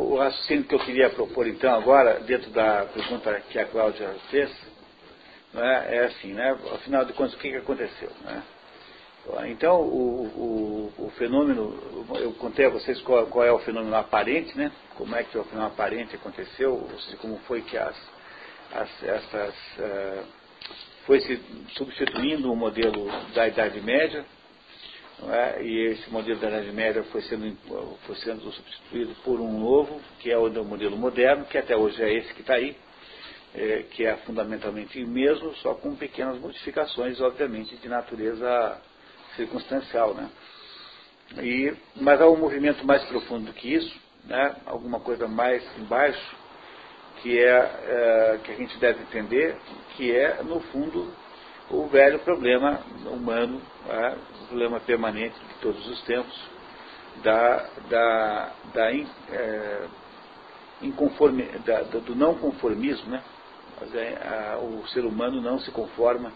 o raciocínio que eu queria propor, então, agora, dentro da pergunta que a Cláudia fez, né, é assim, né? Afinal de contas, o que aconteceu? Né? Então, o fenômeno, eu contei a vocês qual é o fenômeno aparente, né? Como é que o fenômeno aparente aconteceu, ou seja, como foi que foi se substituindo o modelo da Idade Média, não é? E esse modelo da Idade Média foi sendo substituído por um novo, que é o modelo moderno, que até hoje é esse que está aí, que é fundamentalmente o mesmo, só com pequenas modificações, obviamente, de natureza circunstancial, né? Mas há um movimento mais profundo do que isso, né? Alguma coisa mais embaixo, que a gente deve entender, que é, no fundo, o velho problema humano, né? O problema permanente de todos os tempos, do não conformismo, né? O ser humano não se conforma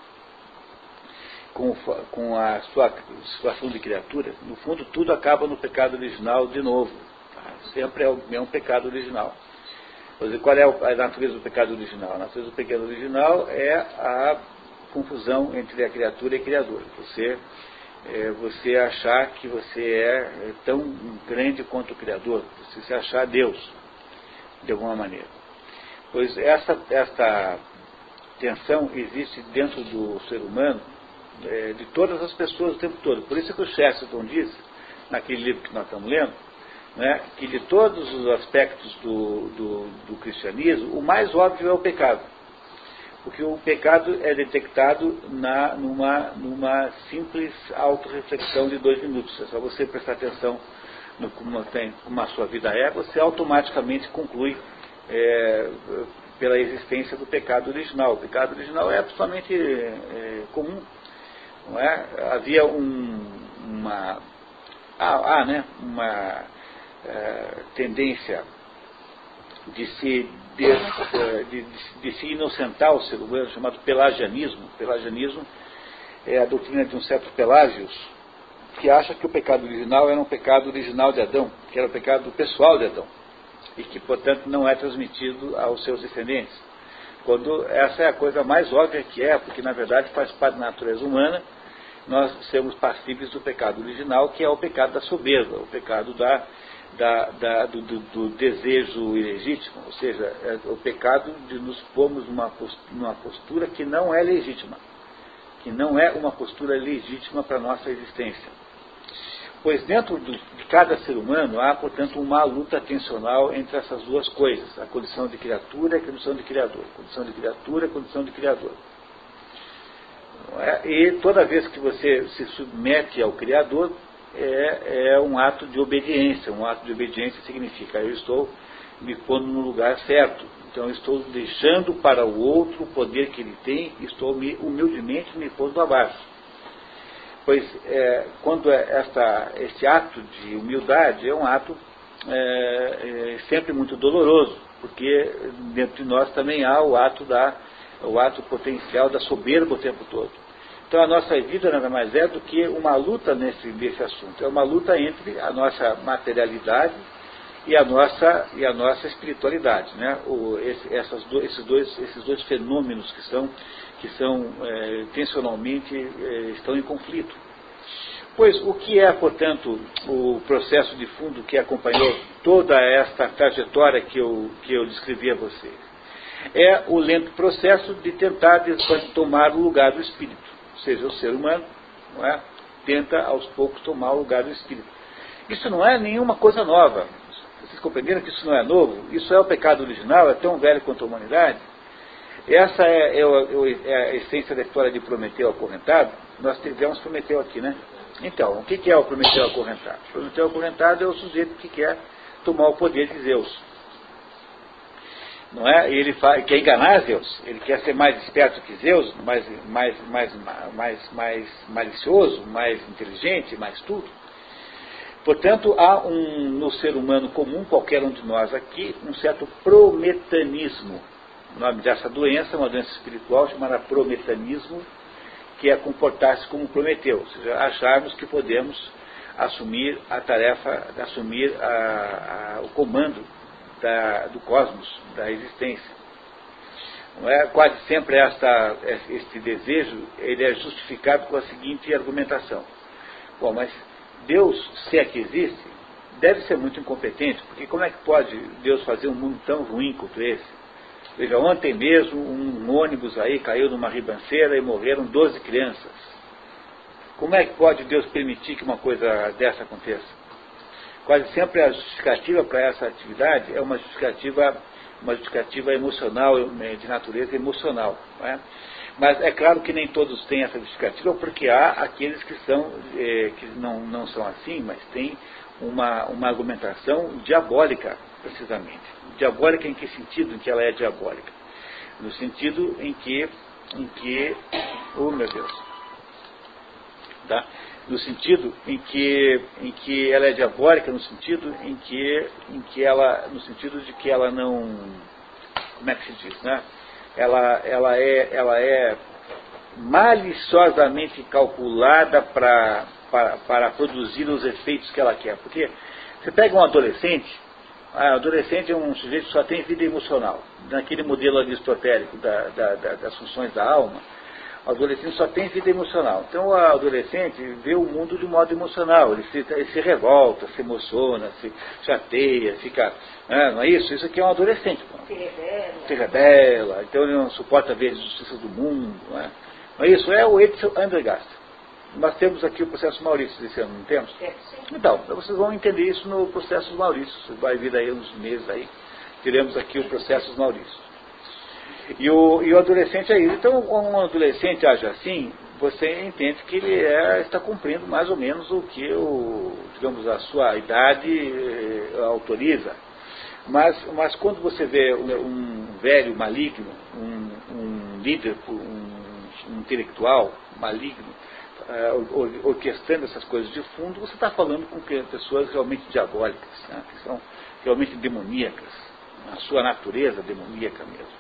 com a sua situação de criatura. No fundo, tudo acaba no pecado original de novo. Tá? Sempre é o mesmo pecado original. Qual é a natureza do pecado original? A natureza do pecado original é a confusão entre a criatura e o Criador. Você achar que você é tão grande quanto o Criador. Você se achar Deus, de alguma maneira. Pois esta tensão existe dentro do ser humano, de todas as pessoas o tempo todo. Por isso que o Chesterton diz, naquele livro que nós estamos lendo, né, que de todos os aspectos do cristianismo, o mais óbvio é o pecado. Porque o pecado é detectado numa simples autorreflexão de 2 minutos. É só você prestar atenção no como a sua vida é, você automaticamente conclui pela existência do pecado original. O pecado original é absolutamente comum. Não é? Havia uma tendência de se inocentar o ser humano, chamado pelagianismo. Pelagianismo é a doutrina de um certo Pelágios, que acha que o pecado original era um pecado original de Adão, que era o pecado pessoal de Adão, e que, portanto, não é transmitido aos seus descendentes. Quando essa é a coisa mais óbvia que porque, na verdade, faz parte da natureza humana nós sermos passíveis do pecado original, que é o pecado da soberba, o pecado do desejo ilegítimo, ou seja, é o pecado de nos pormos numa postura que não é legítima, que não é uma postura legítima para a nossa existência. Pois dentro de cada ser humano há, portanto, uma luta tensional entre essas duas coisas, a condição de criatura e a condição de criador, condição de criatura e condição de criador. E toda vez que você se submete ao Criador, é um ato de obediência. Um ato de obediência significa, eu estou me pondo no lugar certo. Então, eu estou deixando para o outro o poder que ele tem, estou humildemente me pondo abaixo. Pois, quando esse ato de humildade é um ato sempre muito doloroso, porque dentro de nós também há o ato potencial da soberba o tempo todo. Então a nossa vida nada mais é do que uma luta nesse assunto. É uma luta entre a nossa materialidade e a nossa espiritualidade, né? Esses dois fenômenos que são tensionalmente estão em conflito. Pois o que é, portanto, o processo de fundo que acompanhou toda esta trajetória que eu descrevi a vocês? É o lento processo de tentar tomar o lugar do espírito. Ou seja, o ser humano, não é, tenta aos poucos tomar o lugar do espírito. Isso não é nenhuma coisa nova. Vocês compreenderam que isso não é novo? Isso é o pecado original, é tão velho quanto a humanidade. Essa é a essência da história de Prometeu acorrentado. Nós tivemos Prometeu aqui, né? Então, o que é o Prometeu acorrentado? O Prometeu acorrentado é o sujeito que quer tomar o poder de Zeus. Não é? Ele quer enganar Zeus, ele quer ser mais esperto que Zeus, mais malicioso, mais inteligente, mais tudo. Portanto, há no ser humano comum, qualquer um de nós aqui, um certo prometanismo. O nome dessa doença é uma doença espiritual chamada prometanismo, que é comportar-se como Prometeu, ou seja, acharmos que podemos assumir a tarefa, assumir o comando do cosmos, da existência. Não é? Quase sempre este desejo ele é justificado com a seguinte argumentação. Bom, mas Deus, se é que existe, deve ser muito incompetente, porque como é que pode Deus fazer um mundo tão ruim quanto esse? Veja, ontem mesmo um ônibus aí caiu numa ribanceira e morreram 12 crianças. Como é que pode Deus permitir que uma coisa dessa aconteça? Quase sempre a justificativa para essa atividade é uma justificativa emocional, de natureza emocional. Não é? Mas é claro que nem todos têm essa justificativa, porque há aqueles que não são assim, mas têm uma argumentação diabólica, precisamente. Diabólica em que sentido em que ela é diabólica? No sentido em que oh meu Deus, tá? No sentido em que ela é diabólica, no sentido no sentido de que ela não, como é que se diz, né? Ela é maliciosamente calculada para produzir os efeitos que ela quer. Porque você pega um adolescente, adolescente é um sujeito que só tem vida emocional. Naquele modelo aristotélico das funções da alma, o adolescente só tem vida emocional. Então o adolescente vê o mundo de modo emocional. Ele se revolta, se emociona, se chateia, fica... Não é isso? Isso aqui é um adolescente. Se rebela. Então ele não suporta ver a justiça do mundo. Não é isso? É o Edsel Andergast. Nós temos aqui o processo Maurício desse ano, não temos? Então, vocês vão entender isso no processo Maurício. Vai vir aí uns meses aí. Teremos aqui o processo Maurício. E o adolescente é isso. Então, quando um adolescente age assim, você entende que ele está cumprindo mais ou menos o que digamos, a sua idade autoriza. Mas quando você vê um velho maligno, um líder, um intelectual maligno, orquestrando essas coisas de fundo, você está falando com pessoas realmente diabólicas, né, que são realmente demoníacas, a sua natureza demoníaca mesmo.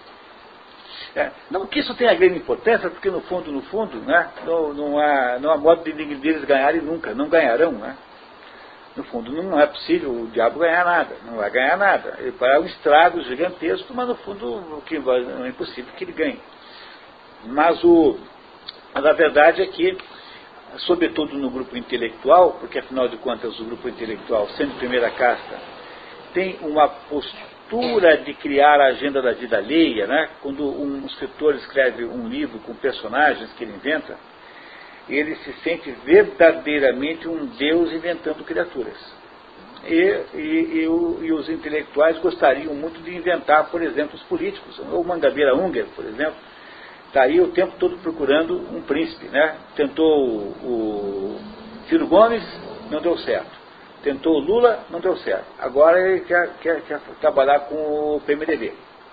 Não que isso tenha grande importância, porque no fundo, né, não há modo deles ganharem nunca, não ganharão, né? No fundo, não é possível o diabo ganhar nada, não vai ganhar nada. Ele fará um estrago gigantesco, mas no fundo não é impossível que ele ganhe. Mas a verdade é que, sobretudo no grupo intelectual, porque afinal de contas o grupo intelectual, sendo primeira casta, tem uma postura de criar a agenda da vida alheia, né? Quando um escritor escreve um livro com personagens que ele inventa, ele se sente verdadeiramente um Deus inventando criaturas. E os intelectuais gostariam muito de inventar, por exemplo, os políticos. O Mangabeira Unger, por exemplo, está aí o tempo todo procurando um príncipe, né? Tentou o Ciro Gomes, não deu certo. Tentou o Lula, não deu certo. Agora ele quer trabalhar com o PMDB.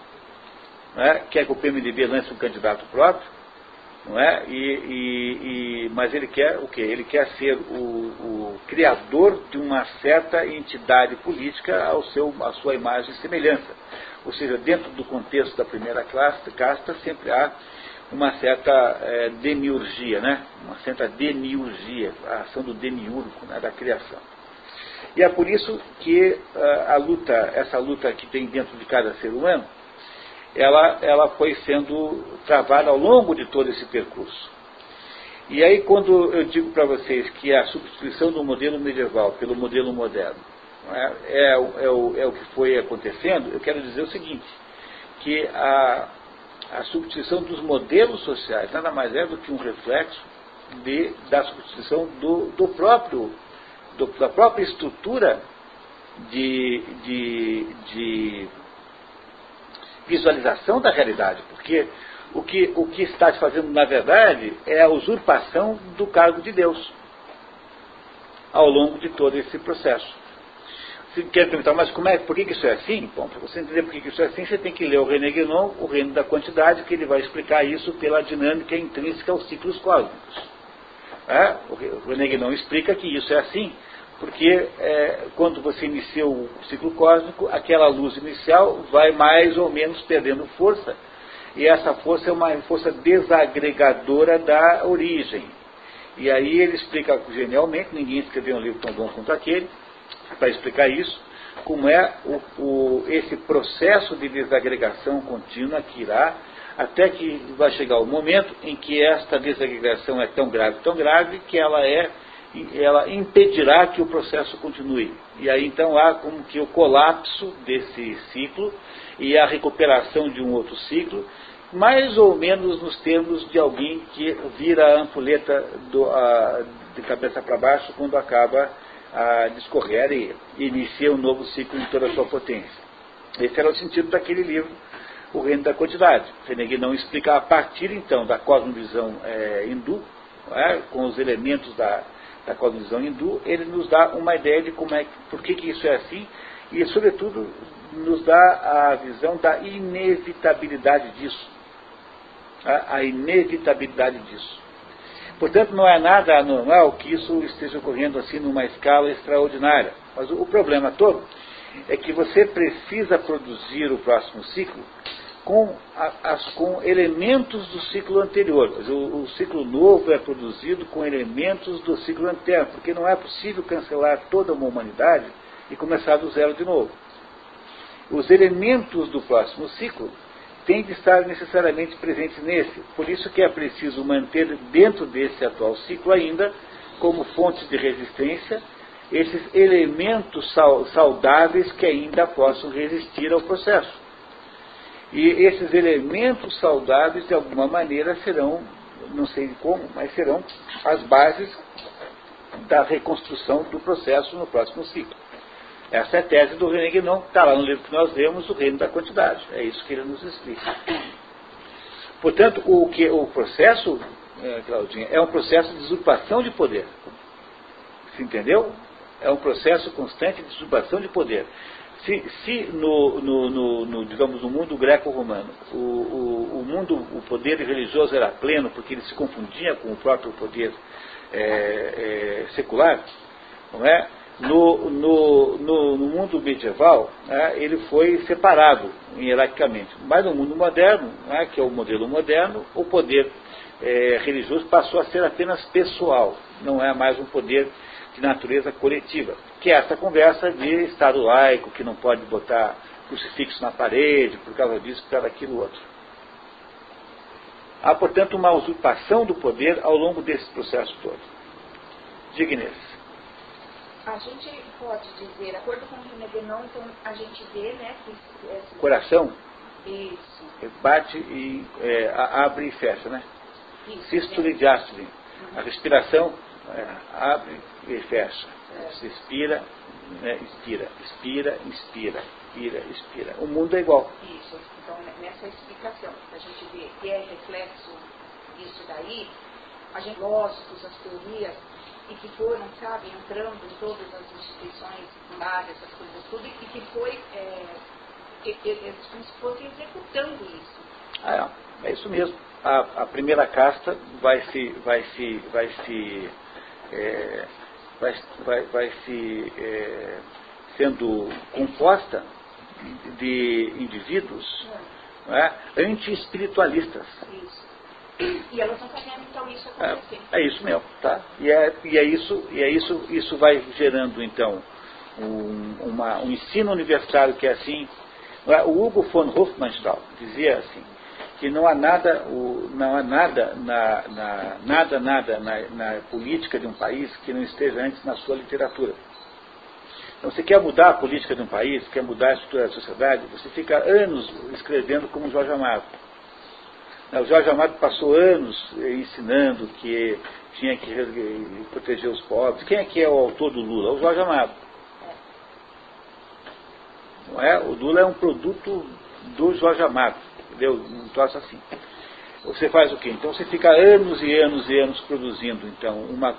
Né? Quer que o PMDB lance um candidato próprio, não é? Mas ele quer o quê? Ele quer ser o criador de uma certa entidade política à sua imagem e semelhança. Ou seja, dentro do contexto da primeira casta sempre há uma certa demiurgia, né? Uma certa demiurgia, a ação do demiurgo, né? Da criação. E é por isso que essa luta que tem dentro de cada ser humano, ela foi sendo travada ao longo de todo esse percurso. E aí, quando eu digo para vocês que a substituição do modelo medieval pelo modelo moderno é o que foi acontecendo, eu quero dizer o seguinte, que a substituição dos modelos sociais nada mais é do que um reflexo da substituição da própria estrutura de visualização da realidade, porque o que está se fazendo, na verdade, é a usurpação do cargo de Deus ao longo de todo esse processo. Você quer perguntar, mas por que isso é assim? Bom, para você entender por que isso é assim, você tem que ler o René Guénon, o Reino da Quantidade, que ele vai explicar isso pela dinâmica intrínseca aos ciclos cósmicos. O René Guénon explica que isso é assim, porque quando você inicia o ciclo cósmico, aquela luz inicial vai mais ou menos perdendo força, e essa força é uma força desagregadora da origem. E aí ele explica genialmente, ninguém escreveu um livro tão bom quanto aquele, para explicar isso, como é esse processo de desagregação contínua que irá, até que vai chegar o momento em que esta desagregação é tão grave, que ela impedirá que o processo continue. E aí então há como que o colapso desse ciclo e a recuperação de um outro ciclo, mais ou menos nos termos de alguém que vira a ampulheta de cabeça para baixo quando acaba a discorrer e inicia um novo ciclo em toda a sua potência. Esse era o sentido daquele livro, O Reino da Quantidade. René Guénon explica a partir então da cosmovisão hindu, com os elementos da cosmovisão hindu, ele nos dá uma ideia de por que isso é assim e, sobretudo, nos dá a visão da inevitabilidade disso. A inevitabilidade disso. Portanto, não é nada anormal que isso esteja ocorrendo assim numa escala extraordinária. Mas o problema todo é que você precisa produzir o próximo ciclo com elementos do ciclo anterior. O ciclo novo é produzido com elementos do ciclo anterior, porque não é possível cancelar toda uma humanidade e começar do zero de novo. Os elementos do próximo ciclo têm de estar necessariamente presentes nesse. Por isso que é preciso manter dentro desse atual ciclo ainda, como fontes de resistência, esses elementos saudáveis que ainda possam resistir ao processo. E esses elementos saudáveis, de alguma maneira, serão, não sei como, mas serão as bases da reconstrução do processo no próximo ciclo. Essa é a tese do René Guénon, que está lá no livro que nós lemos, O Reino da Quantidade. É isso que ele nos explica. Portanto, o processo, Claudinha, é um processo de usurpação de poder. Se entendeu? É um processo constante de usurpação de poder. Se digamos, no mundo greco-romano, o poder religioso era pleno, porque ele se confundia com o próprio poder secular, não é? No mundo medieval, ele foi separado hierarquicamente. Mas no mundo moderno, que é o modelo moderno, o poder religioso passou a ser apenas pessoal, não é mais um poder de natureza coletiva, que é essa conversa de Estado laico, que não pode botar crucifixo na parede, por causa disso, por causa daquilo outro. Há, portanto, uma usurpação do poder ao longo desse processo todo. Diga, Inês. A gente pode dizer, de acordo com o René Guénon, então a gente vê, né, que... Coração? Isso. Bate e abre e fecha, né? Isso. Sístole e diástole. A respiração abre e fecha. Se expira, inspira. Expira, inspira. Expira, expira. O mundo é igual. Isso. Então, nessa explicação, a gente vê que é reflexo disso daí, a gente, lógicos, as teorias, e que foram, sabe, entrando em todas as instituições primárias, essas coisas tudo, e que foi, como se fosse executando isso. É isso mesmo. A primeira casta vai se sendo composta de indivíduos anti-espiritualistas. Isso. E elas estão fazendo então isso acontecer. É isso mesmo, tá? Isso vai gerando então um ensino universitário que é assim. O Hugo von Hofmannsthal dizia assim, que não há nada na política de um país que não esteja antes na sua literatura. Então, você quer mudar a política de um país, quer mudar a estrutura da sociedade, você fica anos escrevendo como Jorge Amado. O Jorge Amado passou anos ensinando que tinha que proteger os pobres. Quem é que é o autor do Lula? O Jorge Amado. Não é? O Lula é um produto do Jorge Amado. Entendeu? Um troço assim. Você faz o quê? Então você fica anos e anos e anos produzindo então,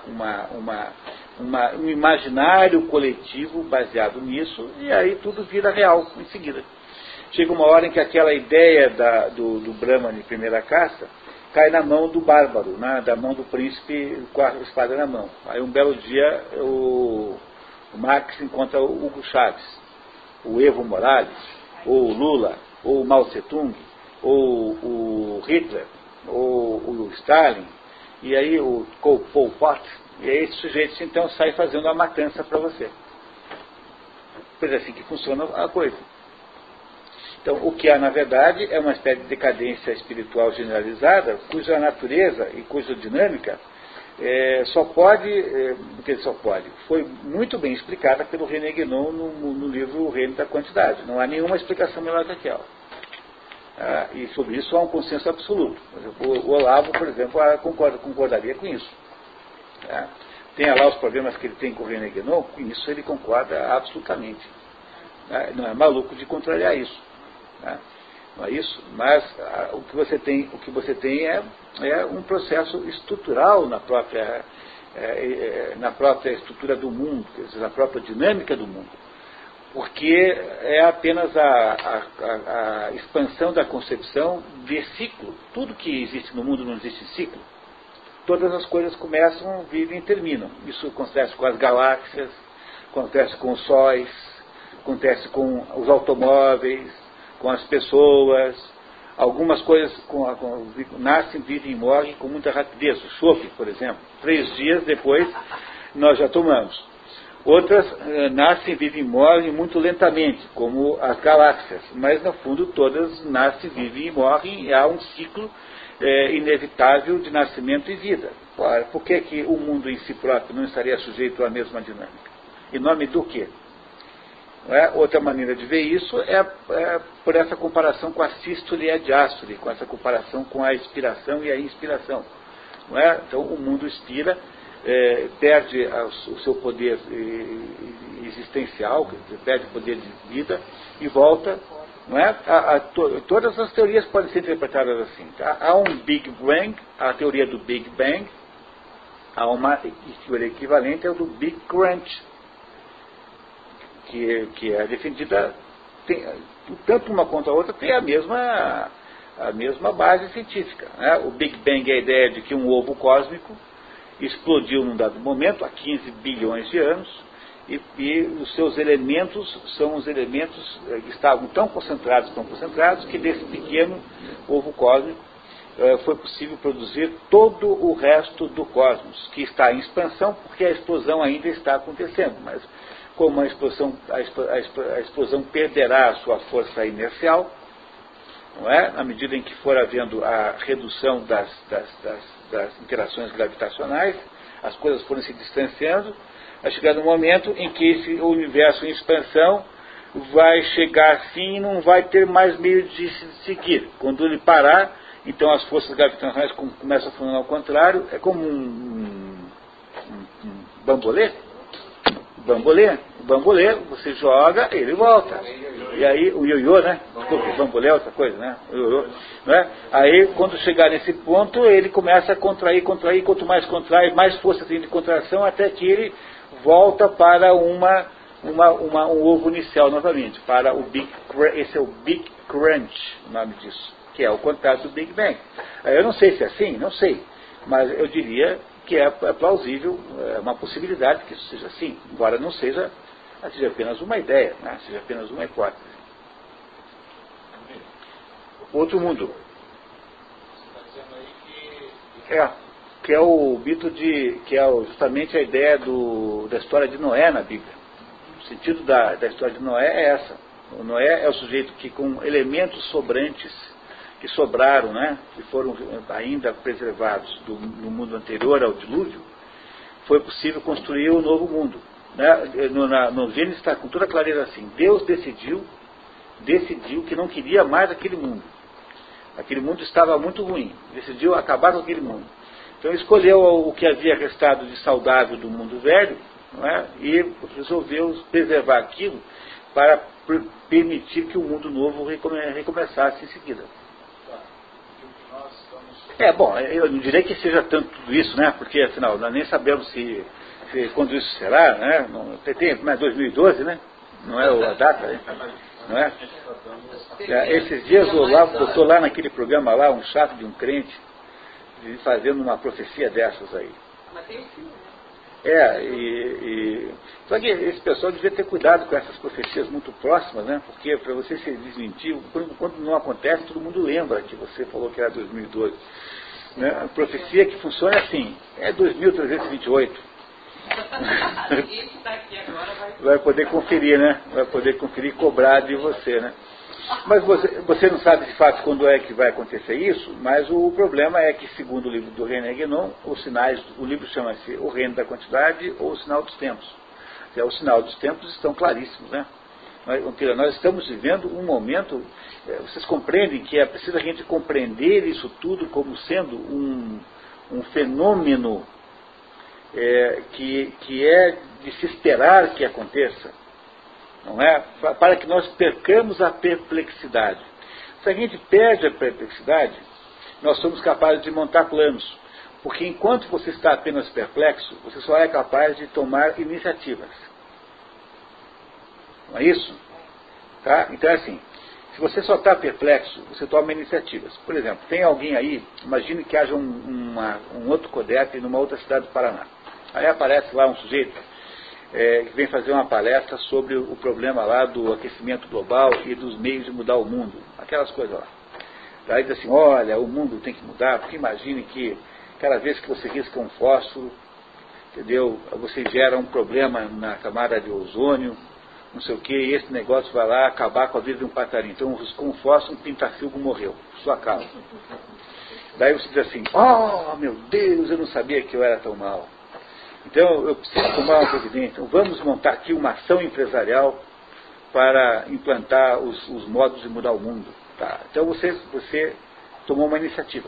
um imaginário coletivo baseado nisso, e aí tudo vira real em seguida. Chega uma hora em que aquela ideia do Brahman de primeira casta cai na mão do bárbaro, da mão do príncipe com a espada na mão. Aí um belo dia o Marx encontra o Hugo Chávez, o Evo Morales, ou o Lula, ou o Mao Tse-tung, ou o Hitler, ou o Stalin, e aí o Pol Pot, e aí esses sujeitos então saem fazendo a matança para você. pois é assim que funciona a coisa. Então, o que há, na verdade, é uma espécie de decadência espiritual generalizada, cuja natureza e cuja dinâmica foi muito bem explicada pelo René Guénon no livro O Reino da Quantidade. Não há nenhuma explicação melhor que aquela. E sobre isso há um consenso absoluto. O Olavo, por exemplo, concordaria com isso. Tem lá os problemas que ele tem com o René Guénon, com isso ele concorda absolutamente. Não é maluco de contrariar isso. Não é isso? Mas o que você tem é um processo estrutural na própria estrutura do mundo, quer dizer, na própria dinâmica do mundo. Porque é apenas a expansão da concepção de ciclo. Tudo que existe no mundo não existe em ciclo. Todas as coisas começam, vivem e terminam. Isso acontece com as galáxias, acontece com os sóis, acontece com os automóveis, com as pessoas. Algumas coisas nascem, vivem e morrem com muita rapidez. O chope, por exemplo, 3 dias depois nós já tomamos. Outras nascem, vivem e morrem muito lentamente, como as galáxias. Mas, no fundo, todas nascem, vivem e morrem. E há um ciclo inevitável de nascimento e vida. Ora, por que o mundo em si próprio não estaria sujeito à mesma dinâmica? Em nome do quê? Outra maneira de ver isso é por essa comparação com a sístole e a diástole, com essa comparação com a expiração e a inspiração. Então, o mundo expira, perde o seu poder existencial, perde o poder de vida e volta. Todas as teorias podem ser interpretadas assim. Há um Big Bang, a teoria do Big Bang, há uma teoria equivalente ao do Big Crunch, que é defendida, tanto uma quanto a outra tem a mesma base científica. O Big Bang é a ideia de que um ovo cósmico explodiu num dado momento, há 15 bilhões de anos, e os seus elementos são os elementos que estavam tão concentrados, que desse pequeno ovo cósmico foi possível produzir todo o resto do cosmos, que está em expansão, porque a explosão ainda está acontecendo, mas como a explosão perderá a sua força inercial, à medida em que for havendo a redução das interações gravitacionais, as coisas forem se distanciando, vai chegar no momento em que esse universo em expansão vai chegar assim e não vai ter mais meio de se seguir. Quando ele parar, então as forças gravitacionais começam a funcionar ao contrário, é como um bambolê. O bambolê, você joga, ele volta. E aí, o ioiô, né? Desculpa, o bambolê é outra coisa, né? O ioiô, né? Aí, quando chegar nesse ponto, ele começa a contrair, quanto mais contrai, mais força tem de contração, até que ele volta para um ovo inicial novamente, para o Big Crunch. Esse é o Big Crunch, o nome disso, que é o contrário do Big Bang. Eu não sei se é assim, não sei, mas eu diria que é plausível, é uma possibilidade que isso seja assim, embora não seja apenas uma ideia, seja apenas uma hipótese. Outro mundo. Que é o mito que é justamente a ideia da história de Noé na Bíblia. O sentido da história de Noé é essa. O Noé é o sujeito que, com elementos sobrantes que sobraram, que foram ainda preservados no mundo anterior ao dilúvio, foi possível construir um novo mundo. No Gênesis está com toda clareza assim: Deus decidiu que não queria mais aquele mundo. Aquele mundo estava muito ruim. Decidiu acabar com aquele mundo. Então escolheu o que havia restado de saudável do mundo velho, e resolveu preservar aquilo para permitir que o mundo novo recomeçasse em seguida. Eu não diria que seja tanto tudo isso, porque afinal nós nem sabemos se quando isso será, tem 2012, não é a data, não é? Esses dias o Olavo botou lá naquele programa lá, um chato de um crente, fazendo uma profecia dessas aí. Mas tem o filme, Só que esse pessoal devia ter cuidado com essas profecias muito próximas, porque para você se desmentir, quando não acontece, todo mundo lembra que você falou que era 2012. A profecia que funciona assim, é 2328. Ninguém que está aqui agora vai poder conferir, né? Vai poder conferir e cobrar de você, né? Mas você não sabe de fato quando é que vai acontecer isso, mas o problema é que, segundo o livro do René Guénon, os sinais, o livro chama-se O Reino da Quantidade ou O Sinal dos Tempos. O sinal dos tempos estão claríssimos, né? Nós estamos vivendo um momento, vocês compreendem que é preciso a gente compreender isso tudo como sendo um fenômeno que é de se esperar que aconteça, não é? Para que nós percamos a perplexidade. Se a gente perde a perplexidade, nós somos capazes de montar planos, porque enquanto você está apenas perplexo, você só é capaz de tomar iniciativas. Não é isso? Tá? Então é assim, se você só está perplexo, você toma iniciativas. Por exemplo, tem alguém aí, imagine que haja um outro CODEP numa outra cidade do Paraná. Aí aparece lá um sujeito que vem fazer uma palestra sobre o problema lá do aquecimento global e dos meios de mudar o mundo, aquelas coisas lá. Daí diz assim, olha, o mundo tem que mudar, porque imagine que cada vez que você risca um fósforo, entendeu, você gera um problema na camada de ozônio, não sei o que, e esse negócio vai lá acabar com a vida de um passarinho. Então, riscou um fósforo, um pintacilgo morreu, por sua causa. Daí você diz assim, oh, meu Deus, eu não sabia que eu era tão mal. Então, eu preciso tomar uma providência. Então, vamos montar aqui uma ação empresarial para implantar os modos de mudar o mundo. Tá? Então, você tomou uma iniciativa.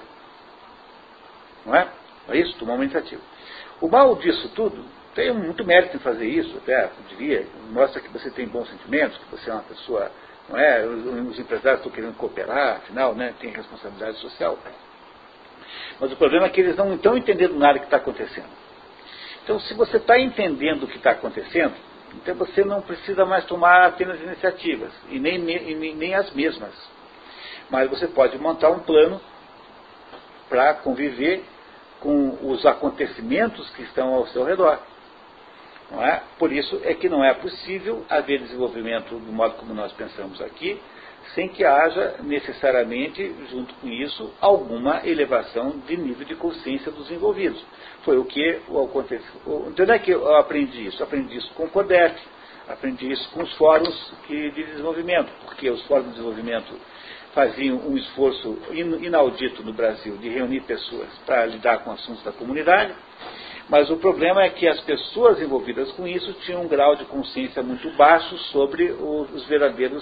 Não é? É isso? Tomou uma iniciativa. O mal disso tudo, tem muito mérito em fazer isso, até, eu diria, mostra que você tem bons sentimentos, que você é uma pessoa, não é? Os empresários estão querendo cooperar, afinal, né? Tem responsabilidade social. Mas o problema é que eles não estão entendendo nada que está acontecendo. Então, se você está entendendo o que está acontecendo, então você não precisa mais tomar apenas iniciativas, e nem as mesmas. Mas você pode montar um plano para conviver com os acontecimentos que estão ao seu redor. Não é? Por isso é que não é possível haver desenvolvimento do modo como nós pensamos aqui, sem que haja necessariamente, junto com isso, alguma elevação de nível de consciência dos envolvidos. Foi o que aconteceu. Então, onde é que eu aprendi isso? Aprendi isso com o CODEP, aprendi isso com os fóruns de desenvolvimento, porque os fóruns de desenvolvimento faziam um esforço inaudito no Brasil de reunir pessoas para lidar com assuntos da comunidade, mas o problema é que as pessoas envolvidas com isso tinham um grau de consciência muito baixo sobre os verdadeiros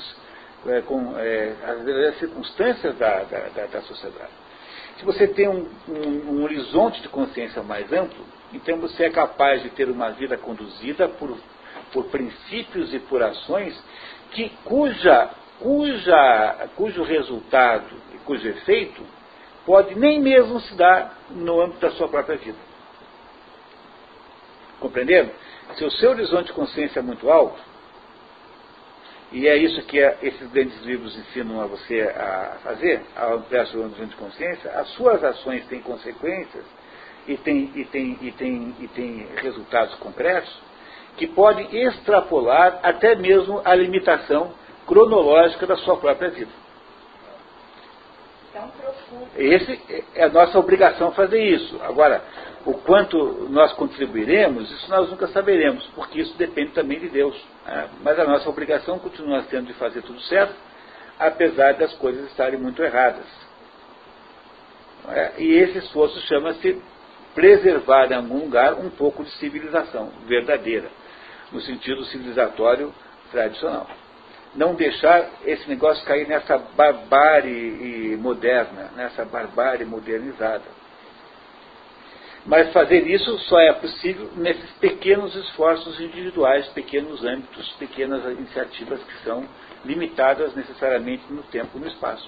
as verdadeiras circunstâncias da sociedade. Se você tem um horizonte de consciência mais amplo, então você é capaz de ter uma vida conduzida por princípios e por ações cujo resultado e cujo efeito pode nem mesmo se dar no âmbito da sua própria vida. Compreenderam? Se o seu horizonte de consciência é muito alto, e é isso que esses grandes livros ensinam a você a fazer, ao ampliar seu horizonte de consciência, as suas ações têm consequências e têm resultados concretos que podem extrapolar até mesmo a limitação cronológica da sua própria vida. Tão profundo. Essa é a nossa obrigação fazer isso. Agora, o quanto nós contribuiremos, isso nós nunca saberemos, porque isso depende também de Deus. Né? Mas a nossa obrigação continua sendo de fazer tudo certo, apesar das coisas estarem muito erradas. E esse esforço chama-se preservar em algum lugar um pouco de civilização verdadeira, no sentido civilizatório tradicional. Não deixar esse negócio cair nessa barbárie moderna, nessa barbárie modernizada. Mas fazer isso só é possível nesses pequenos esforços individuais, pequenos âmbitos, pequenas iniciativas que são limitadas necessariamente no tempo e no espaço.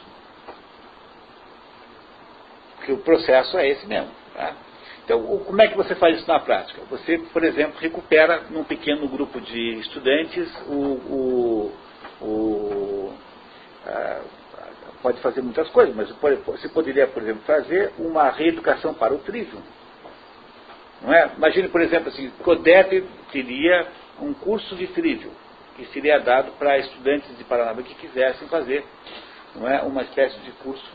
Porque o processo é esse mesmo. Tá? Então, como é que você faz isso na prática? Você, por exemplo, recupera num pequeno grupo de estudantes pode fazer muitas coisas, mas você poderia, por exemplo, fazer uma reeducação para o trivium. Não é? Imagine, por exemplo, assim, CODEP teria um curso de trivium que seria dado para estudantes de Paranaíba que quisessem fazer, não é? Uma espécie de curso.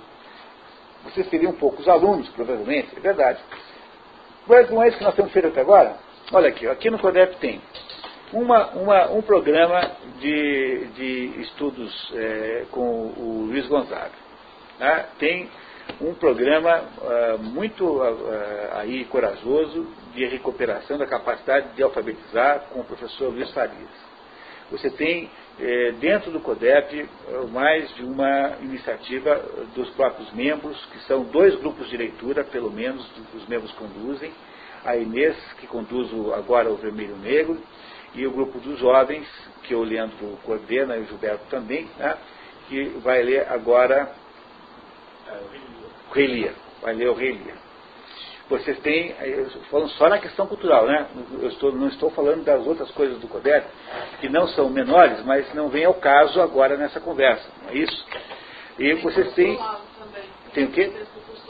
Vocês teriam poucos alunos, provavelmente, é verdade. Mas não é isso que nós temos feito até agora? Olha aqui no CODEP tem um programa de estudos com o Luiz Gonzaga. Né? Tem um programa muito aí corajoso de recuperação da capacidade de alfabetizar com o professor Luiz Farias. Você tem dentro do CODEP mais de uma iniciativa dos próprios membros, que são 2 grupos de leitura, pelo menos, que os membros conduzem. A Inês, que conduz agora o Vermelho Negro, e o grupo dos jovens, que o Leandro coordena e o Gilberto também, né, que vai ler agora o Rei Lear. Vai ler o Rei Lear. Vocês têm, falando só na questão cultural, né? Não estou falando das outras coisas do CODEP, que não são menores, mas não vem ao caso agora nessa conversa, não é isso? E vocês têm... Tem o quê?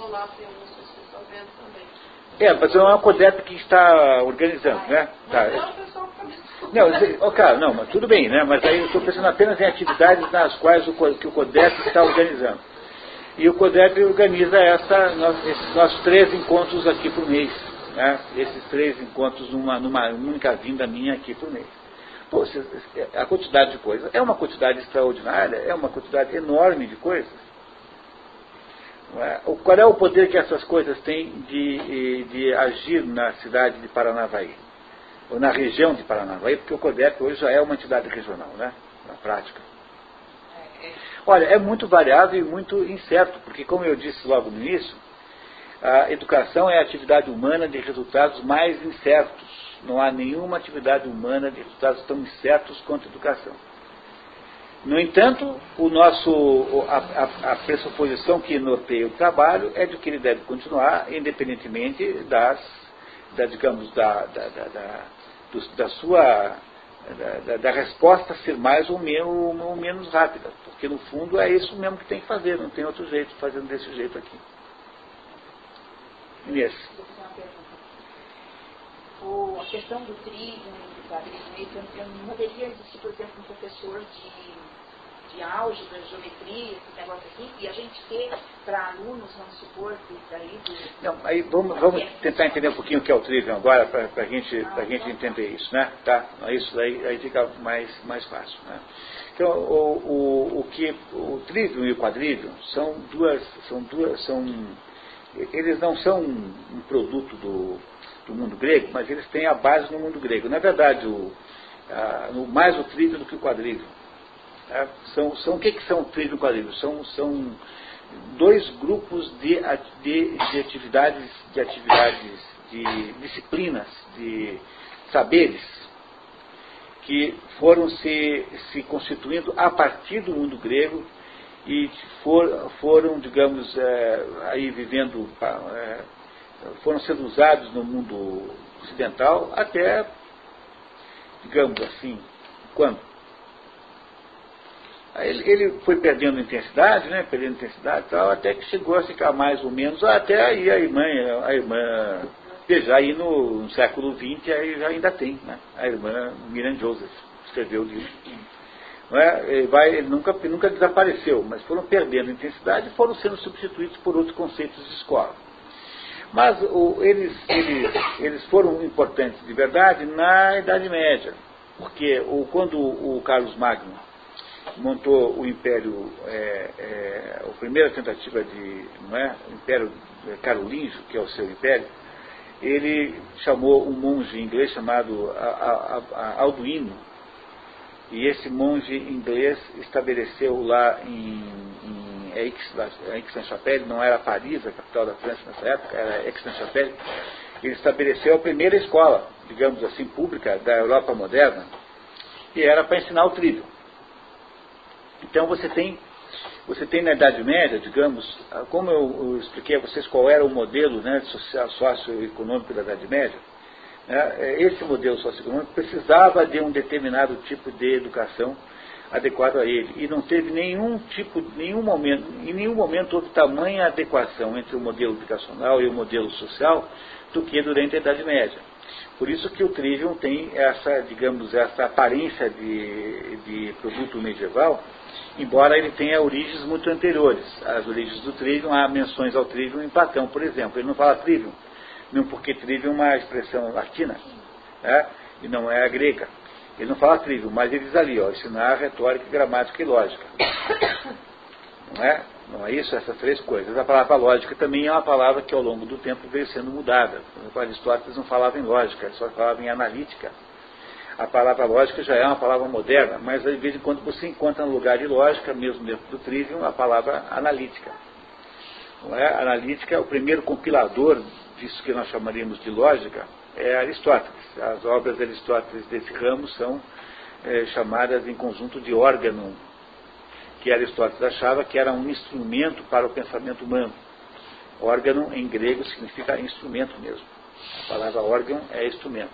Mas é uma CODEP que está organizando, né? Tá. Não, mas tudo bem, né? Mas aí eu estou pensando apenas em atividades nas quais que o CODEP está organizando. E o CODEP organiza esses nossos 3 encontros aqui por mês. Né? Esses 3 encontros numa única vinda minha aqui por mês. Pô, a quantidade de coisas é uma quantidade extraordinária, é uma quantidade enorme de coisas. Qual é o poder que essas coisas têm de agir na cidade de Paranavaí? Ou na região de Paranavaí, porque o CODEP hoje já é uma entidade regional, né? Na prática. Olha, é muito variável e muito incerto, porque, como eu disse logo no início, a educação é a atividade humana de resultados mais incertos. Não há nenhuma atividade humana de resultados tão incertos quanto a educação. No entanto, a pressuposição que norteia o trabalho é de que ele deve continuar, independentemente da resposta ser mais ou menos rápida, porque no fundo é isso mesmo que tem que fazer, não tem outro jeito, fazendo desse jeito aqui. Inês. A questão do trigo, do quadrilho, eu não poderia existir, por exemplo, um professor de álgebra, geometria, esse negócio assim, e a gente ter para alunos, vamos supor, Não, aí vamos tentar entender um pouquinho o que é o trivium agora, para a gente entender isso, né? Tá? Isso aí fica mais fácil, né? Então, o trivium e o quadrivium eles não são um produto do mundo grego, mas eles têm a base no mundo grego. Na verdade, mais o trivium do que o quadrivium. O que são o trivium e o quadrivium? São 2 grupos de atividades, de disciplinas, de saberes, que foram se constituindo a partir do mundo grego e foram, digamos, aí vivendo, foram sendo usados no mundo ocidental até, digamos assim, quando? Ele foi perdendo intensidade, né? Tal, até que chegou a ficar mais ou menos, até aí a irmã, veja, aí no século XX aí ainda tem, né? A irmã Miriam Joseph escreveu o livro. Não é? Ele nunca desapareceu, mas foram perdendo intensidade e foram sendo substituídos por outros conceitos de escola. Mas eles foram importantes de verdade na Idade Média, porque quando o Carlos Magno montou o Império, a primeira tentativa o Império Carolíngio, que é o seu império, ele chamou um monge inglês chamado Alduino, e esse monge inglês estabeleceu lá em Aix-en-Chapelle, não era Paris, a capital da França nessa época, era Aix-en-Chapelle. Ele estabeleceu a primeira escola, digamos assim, pública da Europa moderna, e era para ensinar o trivium. Então você tem na Idade Média, digamos, como eu expliquei a vocês qual era o modelo, né, socioeconômico da Idade Média, né, esse modelo socioeconômico precisava de um determinado tipo de educação adequado a ele. E não teve em nenhum momento houve tamanha adequação entre o modelo educacional e o modelo social do que durante a Idade Média. Por isso que o trivium tem essa aparência de produto medieval, embora ele tenha origens muito anteriores. As origens do trivium, há menções ao trivium em Platão, por exemplo. Ele não fala trivium, mesmo porque trivium é uma expressão latina, né? E não é a grega. Ele não fala trivium, mas ele diz ali, ó, ensinar retórica, gramática e lógica. Não é? Não é isso? Essas três coisas. A palavra lógica também é uma palavra que ao longo do tempo veio sendo mudada. Aristóteles não falava em lógica, ele só falava em analítica. A palavra lógica já é uma palavra moderna, mas de vez em quando você encontra no lugar de lógica, mesmo dentro do trivium, a palavra analítica. Não é? Analítica, o primeiro compilador disso que nós chamaríamos de lógica é Aristóteles. As obras de Aristóteles desse ramo são chamadas em conjunto de órgão, que Aristóteles achava que era um instrumento para o pensamento humano. Órgão em grego significa instrumento mesmo. A palavra órgão é instrumento.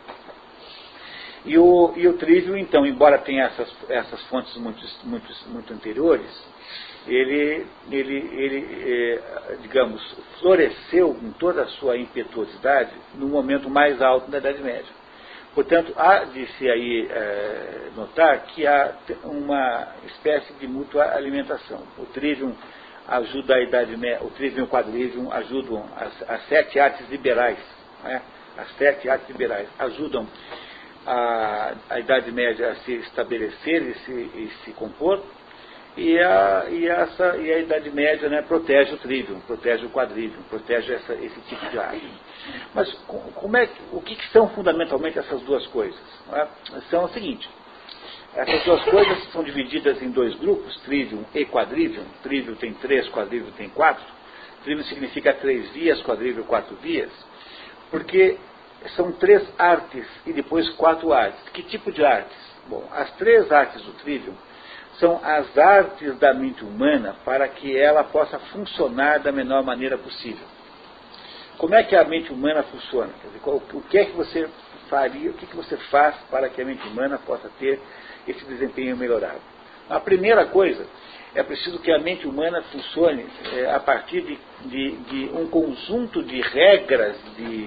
E o trivium, então, embora tenha essas fontes muito anteriores, ele digamos, floresceu com toda a sua impetuosidade no momento mais alto da Idade Média. Portanto, há de se aí notar que há uma espécie de mútua alimentação. O trivium ajuda a Idade Média, o trivium e o quadrivium ajudam as sete artes liberais, né? As sete artes liberais ajudam a Idade Média a se estabelecer e se compor, e a Idade Média, né, protege o trivium, protege o quadrivium, protege esse tipo de arte. Mas o que são fundamentalmente essas duas coisas? Né? São o seguinte: essas duas coisas são divididas em dois grupos, trivium e quadrivium. Trivium tem 3, quadrivium tem 4. Trivium significa 3 vias, quadrivium 4 vias, porque são 3 artes e depois 4 artes. Que tipo de artes? Bom, as 3 artes do trivium são as artes da mente humana para que ela possa funcionar da menor maneira possível. Como é que a mente humana funciona? Quer dizer, o que é que você faria, o que você faz para que a mente humana possa ter esse desempenho melhorado? A primeira coisa, é preciso que a mente humana funcione a partir de um conjunto de regras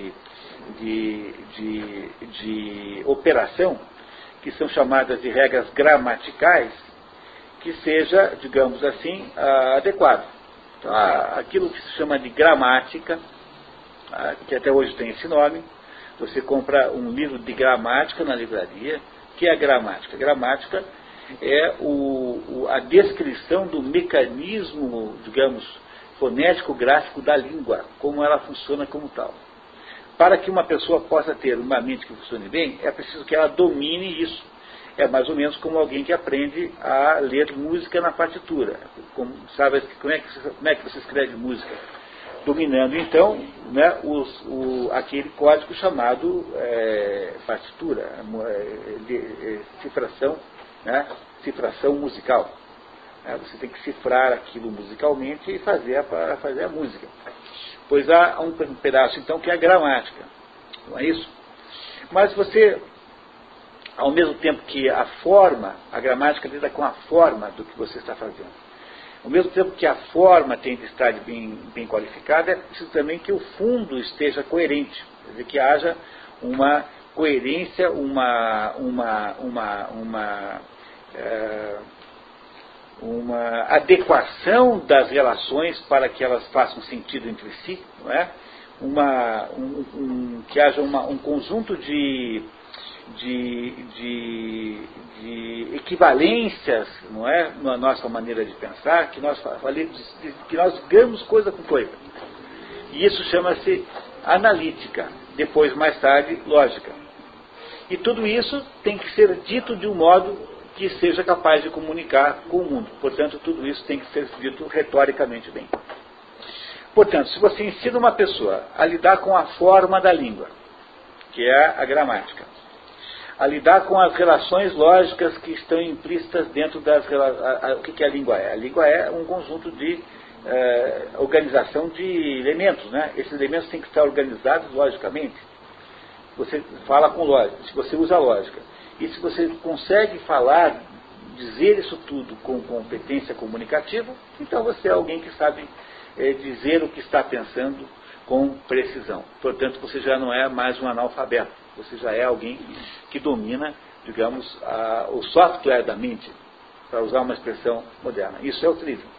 de operação, que são chamadas de regras gramaticais, que seja, digamos assim, adequado. Então, aquilo que se chama de gramática, que até hoje tem esse nome, você compra um livro de gramática na livraria. O que é a gramática? A gramática é a descrição do mecanismo, digamos, fonético-gráfico da língua, como ela funciona como tal. Para que uma pessoa possa ter uma mente que funcione bem, é preciso que ela domine isso. É mais ou menos como alguém que aprende a ler música na partitura. Sabe como é que você escreve música? Dominando, então, né, aquele código chamado partitura, cifração, né, cifração musical. Você tem que cifrar aquilo musicalmente e fazer a música. Pois há um pedaço, então, que é a gramática. Não é isso? Mas você, ao mesmo tempo que a gramática lida com a forma do que você está fazendo. Ao mesmo tempo que a forma tem de estar bem qualificada, é preciso também que o fundo esteja coerente. Quer dizer, que haja uma coerência, uma adequação das relações para que elas façam sentido entre si, não é? Que haja um conjunto de equivalências, não é, na nossa maneira de pensar, que nós ligamos coisa com coisa. E isso chama-se analítica, depois, mais tarde, lógica. E tudo isso tem que ser dito de um modo que seja capaz de comunicar com o mundo. Portanto, tudo isso tem que ser dito retoricamente bem. Portanto, se você ensina uma pessoa a lidar com a forma da língua, que é a gramática, a lidar com as relações lógicas que estão implícitas dentro das relações. O que a língua é? A língua é um conjunto de organização de elementos, né? Esses elementos têm que estar organizados logicamente. Você fala com lógica, se você usa lógica. E se você consegue falar, dizer isso tudo com competência comunicativa, então você é alguém que sabe dizer o que está pensando com precisão. Portanto, você já não é mais um analfabeto. Você já é alguém que domina, digamos, o software da mente, para usar uma expressão moderna. Isso é o trivium.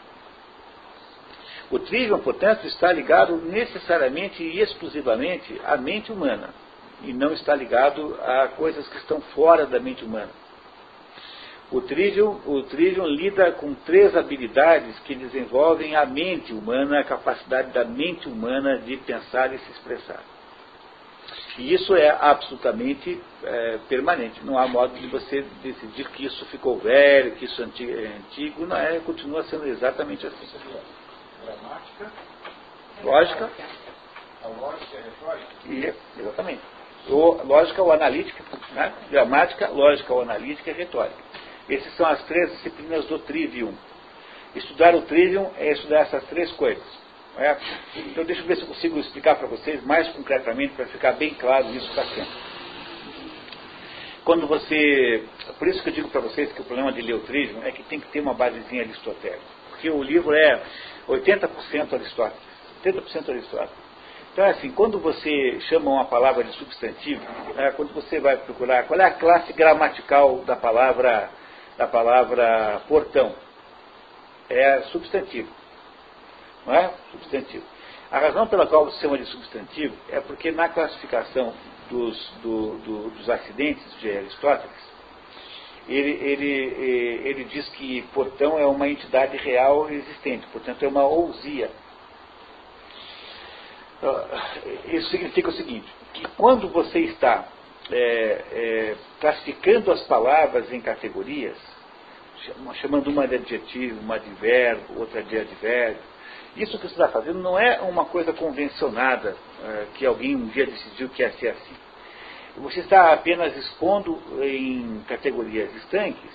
O trivium, portanto, está ligado necessariamente e exclusivamente à mente humana. e não está ligado a coisas que estão fora da mente humana. O Trivium lida com 3 habilidades que desenvolvem a mente humana, a capacidade da mente humana de pensar e se expressar. E isso é absolutamente permanente. Não há modo de você decidir que isso ficou velho, que isso é antigo. Não é, continua sendo exatamente assim. Gramática, lógica. A lógica é retórica. Exatamente. Lógica ou analítica, né? Gramática, lógica ou analítica e retórica. Essas são as 3 disciplinas do Trivium. Estudar o Trivium é estudar essas 3 coisas. É? Então deixa eu ver se eu consigo explicar para vocês mais concretamente, para ficar bem claro isso para sempre. Quando você... Por isso que eu digo para vocês que o problema de ler o Trivium é que tem que ter uma basezinha aristotélica. Porque o livro é 80% Aristóteles, 80% Aristóteles. Então é assim, quando você chama uma palavra de substantivo, quando você vai procurar qual é a classe gramatical da palavra portão, é substantivo. Não é? Substantivo. A razão pela qual se chama de substantivo é porque na classificação dos acidentes de Aristóteles, ele diz que portão é uma entidade real existente, portanto é uma ousia. Isso significa o seguinte, que quando você está classificando as palavras em categorias, chamando uma de adjetivo, uma de verbo, outra de advérbio, isso que você está fazendo não é uma coisa convencionada, que alguém um dia decidiu que ia ser assim. Você está apenas expondo em categorias estanques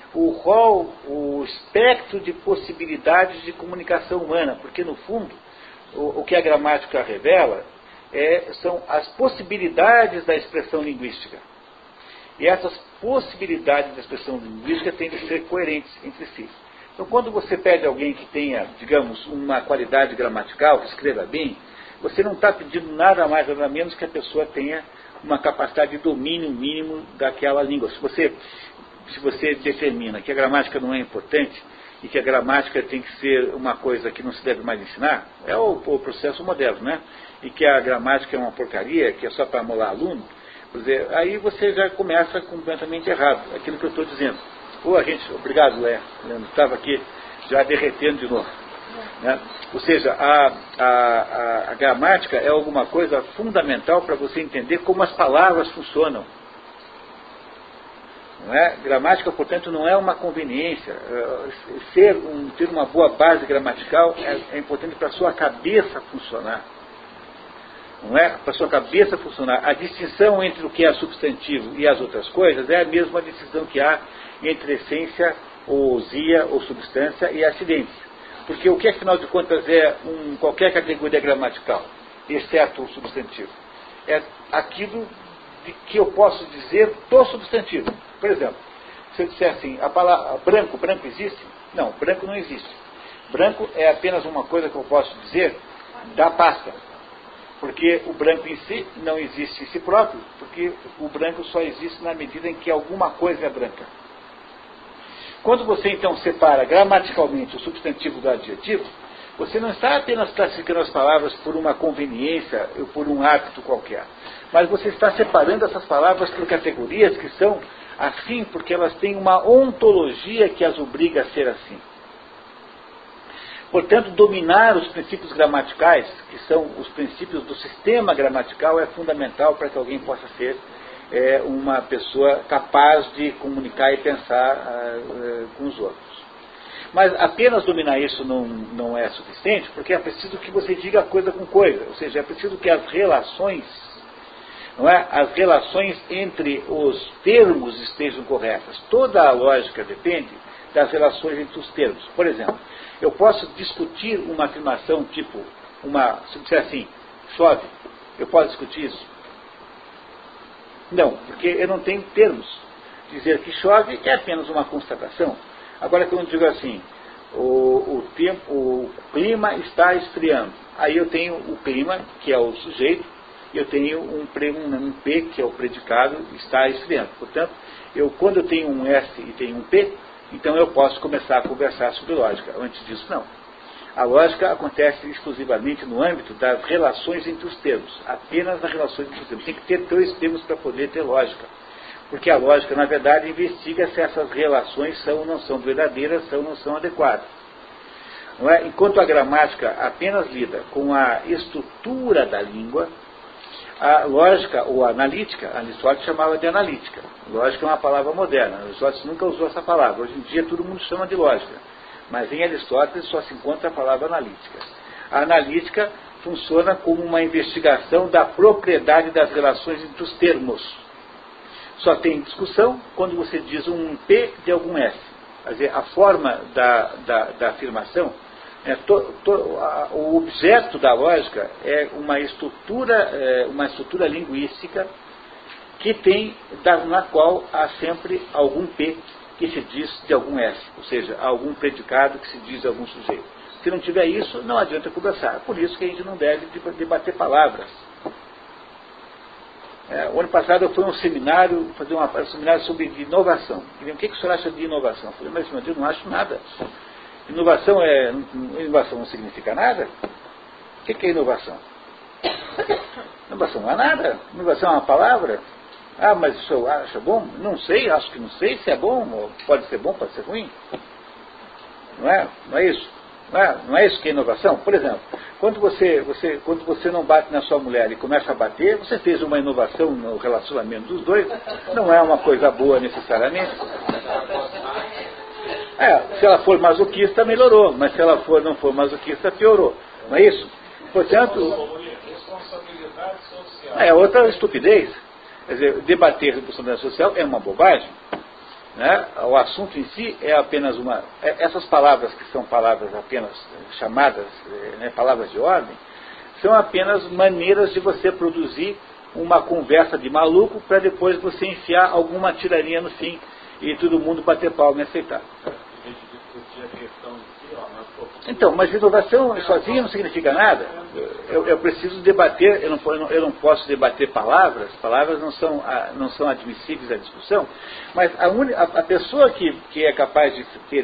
o espectro de possibilidades de comunicação humana, porque no fundo o que a gramática revela são as possibilidades da expressão linguística. E essas possibilidades da expressão linguística têm de ser coerentes entre si. Então, quando você pede a alguém que tenha, digamos, uma qualidade gramatical, que escreva bem, você não está pedindo nada mais nada menos que a pessoa tenha uma capacidade de domínio mínimo daquela língua. Se você determina que a gramática não é importante e que a gramática tem que ser uma coisa que não se deve mais ensinar, é o processo moderno, né? E que a gramática é uma porcaria, que é só para amolar aluno, quer dizer, aí você já começa completamente errado, aquilo que eu estou dizendo. Obrigado, Leandro, estava aqui já derretendo de novo. Né? Ou seja, a gramática é alguma coisa fundamental para você entender como as palavras funcionam. Não é? Gramática, portanto, não é uma conveniência. Ter uma boa base gramatical é importante para a sua cabeça funcionar. Não é? Para a sua cabeça funcionar. A distinção entre o que é substantivo e as outras coisas é a mesma distinção que há entre essência, ou ousia, ou substância e acidentes. Porque o que, afinal de contas, é qualquer categoria gramatical, exceto o substantivo? É aquilo de que eu posso dizer do substantivo. Por exemplo, se eu disser assim, a palavra branco existe? Não, branco não existe. Branco é apenas uma coisa que eu posso dizer da pasta. Porque o branco em si não existe em si próprio, porque o branco só existe na medida em que alguma coisa é branca. Quando você então separa gramaticalmente o substantivo do adjetivo, você não está apenas classificando as palavras por uma conveniência ou por um hábito qualquer, mas você está separando essas palavras por categorias que são assim porque elas têm uma ontologia que as obriga a ser assim. Portanto, dominar os princípios gramaticais, que são os princípios do sistema gramatical, é fundamental para que alguém possa ser uma pessoa capaz de comunicar e pensar com os outros. Mas apenas dominar isso não é suficiente, porque é preciso que você diga coisa com coisa, ou seja, é preciso que as relações, não é? As relações entre os termos estejam corretas. Toda a lógica depende das relações entre os termos. Por exemplo, eu posso discutir uma afirmação tipo, se eu disser assim, chove, eu posso discutir isso? Não, porque eu não tenho termos. Dizer que chove é apenas uma constatação. Agora, quando eu digo assim, o clima está esfriando, aí eu tenho o clima, que é o sujeito, e eu tenho um P, que é o predicado, está esfriando. Portanto, quando eu tenho um S e tenho um P, então eu posso começar a conversar sobre lógica. Antes disso, não. A lógica acontece exclusivamente no âmbito das relações entre os termos, apenas nas relações entre os termos. Tem que ter 2 termos para poder ter lógica. Porque a lógica, na verdade, investiga se essas relações são ou não são verdadeiras, são ou não são adequadas. Não é? Enquanto a gramática apenas lida com a estrutura da língua, a lógica ou a analítica, Aristóteles chamava de analítica. Lógica é uma palavra moderna, Aristóteles nunca usou essa palavra. Hoje em dia todo mundo chama de lógica, mas em Aristóteles só se encontra a palavra analítica. A analítica funciona como uma investigação da propriedade das relações entre os termos. Só tem discussão quando você diz um P de algum S. Quer dizer, a forma da afirmação, o objeto da lógica é uma estrutura linguística que tem, na qual há sempre algum P que se diz de algum S, ou seja, algum predicado que se diz de algum sujeito. Se não tiver isso, não adianta conversar. Por isso que a gente não deve debater palavras. O ano passado eu fui a um seminário, fazer um seminário sobre inovação. O que o senhor acha de inovação? Eu falei, mas eu não acho nada. Inovação não significa nada? O que é inovação? Inovação não é nada. Inovação é uma palavra. Ah, mas o senhor acha bom? Não sei, acho que não sei se é bom, pode ser bom, pode ser ruim. Não é isso? Não é isso que é inovação? Por exemplo, quando você não bate na sua mulher e começa a bater, você fez uma inovação no relacionamento dos dois, não é uma coisa boa necessariamente. Se ela for masoquista, melhorou, mas se ela não for masoquista, piorou. Não é isso? Portanto, responsabilidade social. É outra estupidez. Quer dizer, debater responsabilidade social é uma bobagem. Né? O assunto em si é apenas essas palavras que são palavras apenas chamadas, palavras de ordem, são apenas maneiras de você produzir uma conversa de maluco para depois você enfiar alguma tiraria no fim e todo mundo bater palma e aceitar. Então, mas inovação sozinha não significa nada. Eu preciso debater, eu não posso debater palavras não são admissíveis à discussão, mas a pessoa que é capaz de ter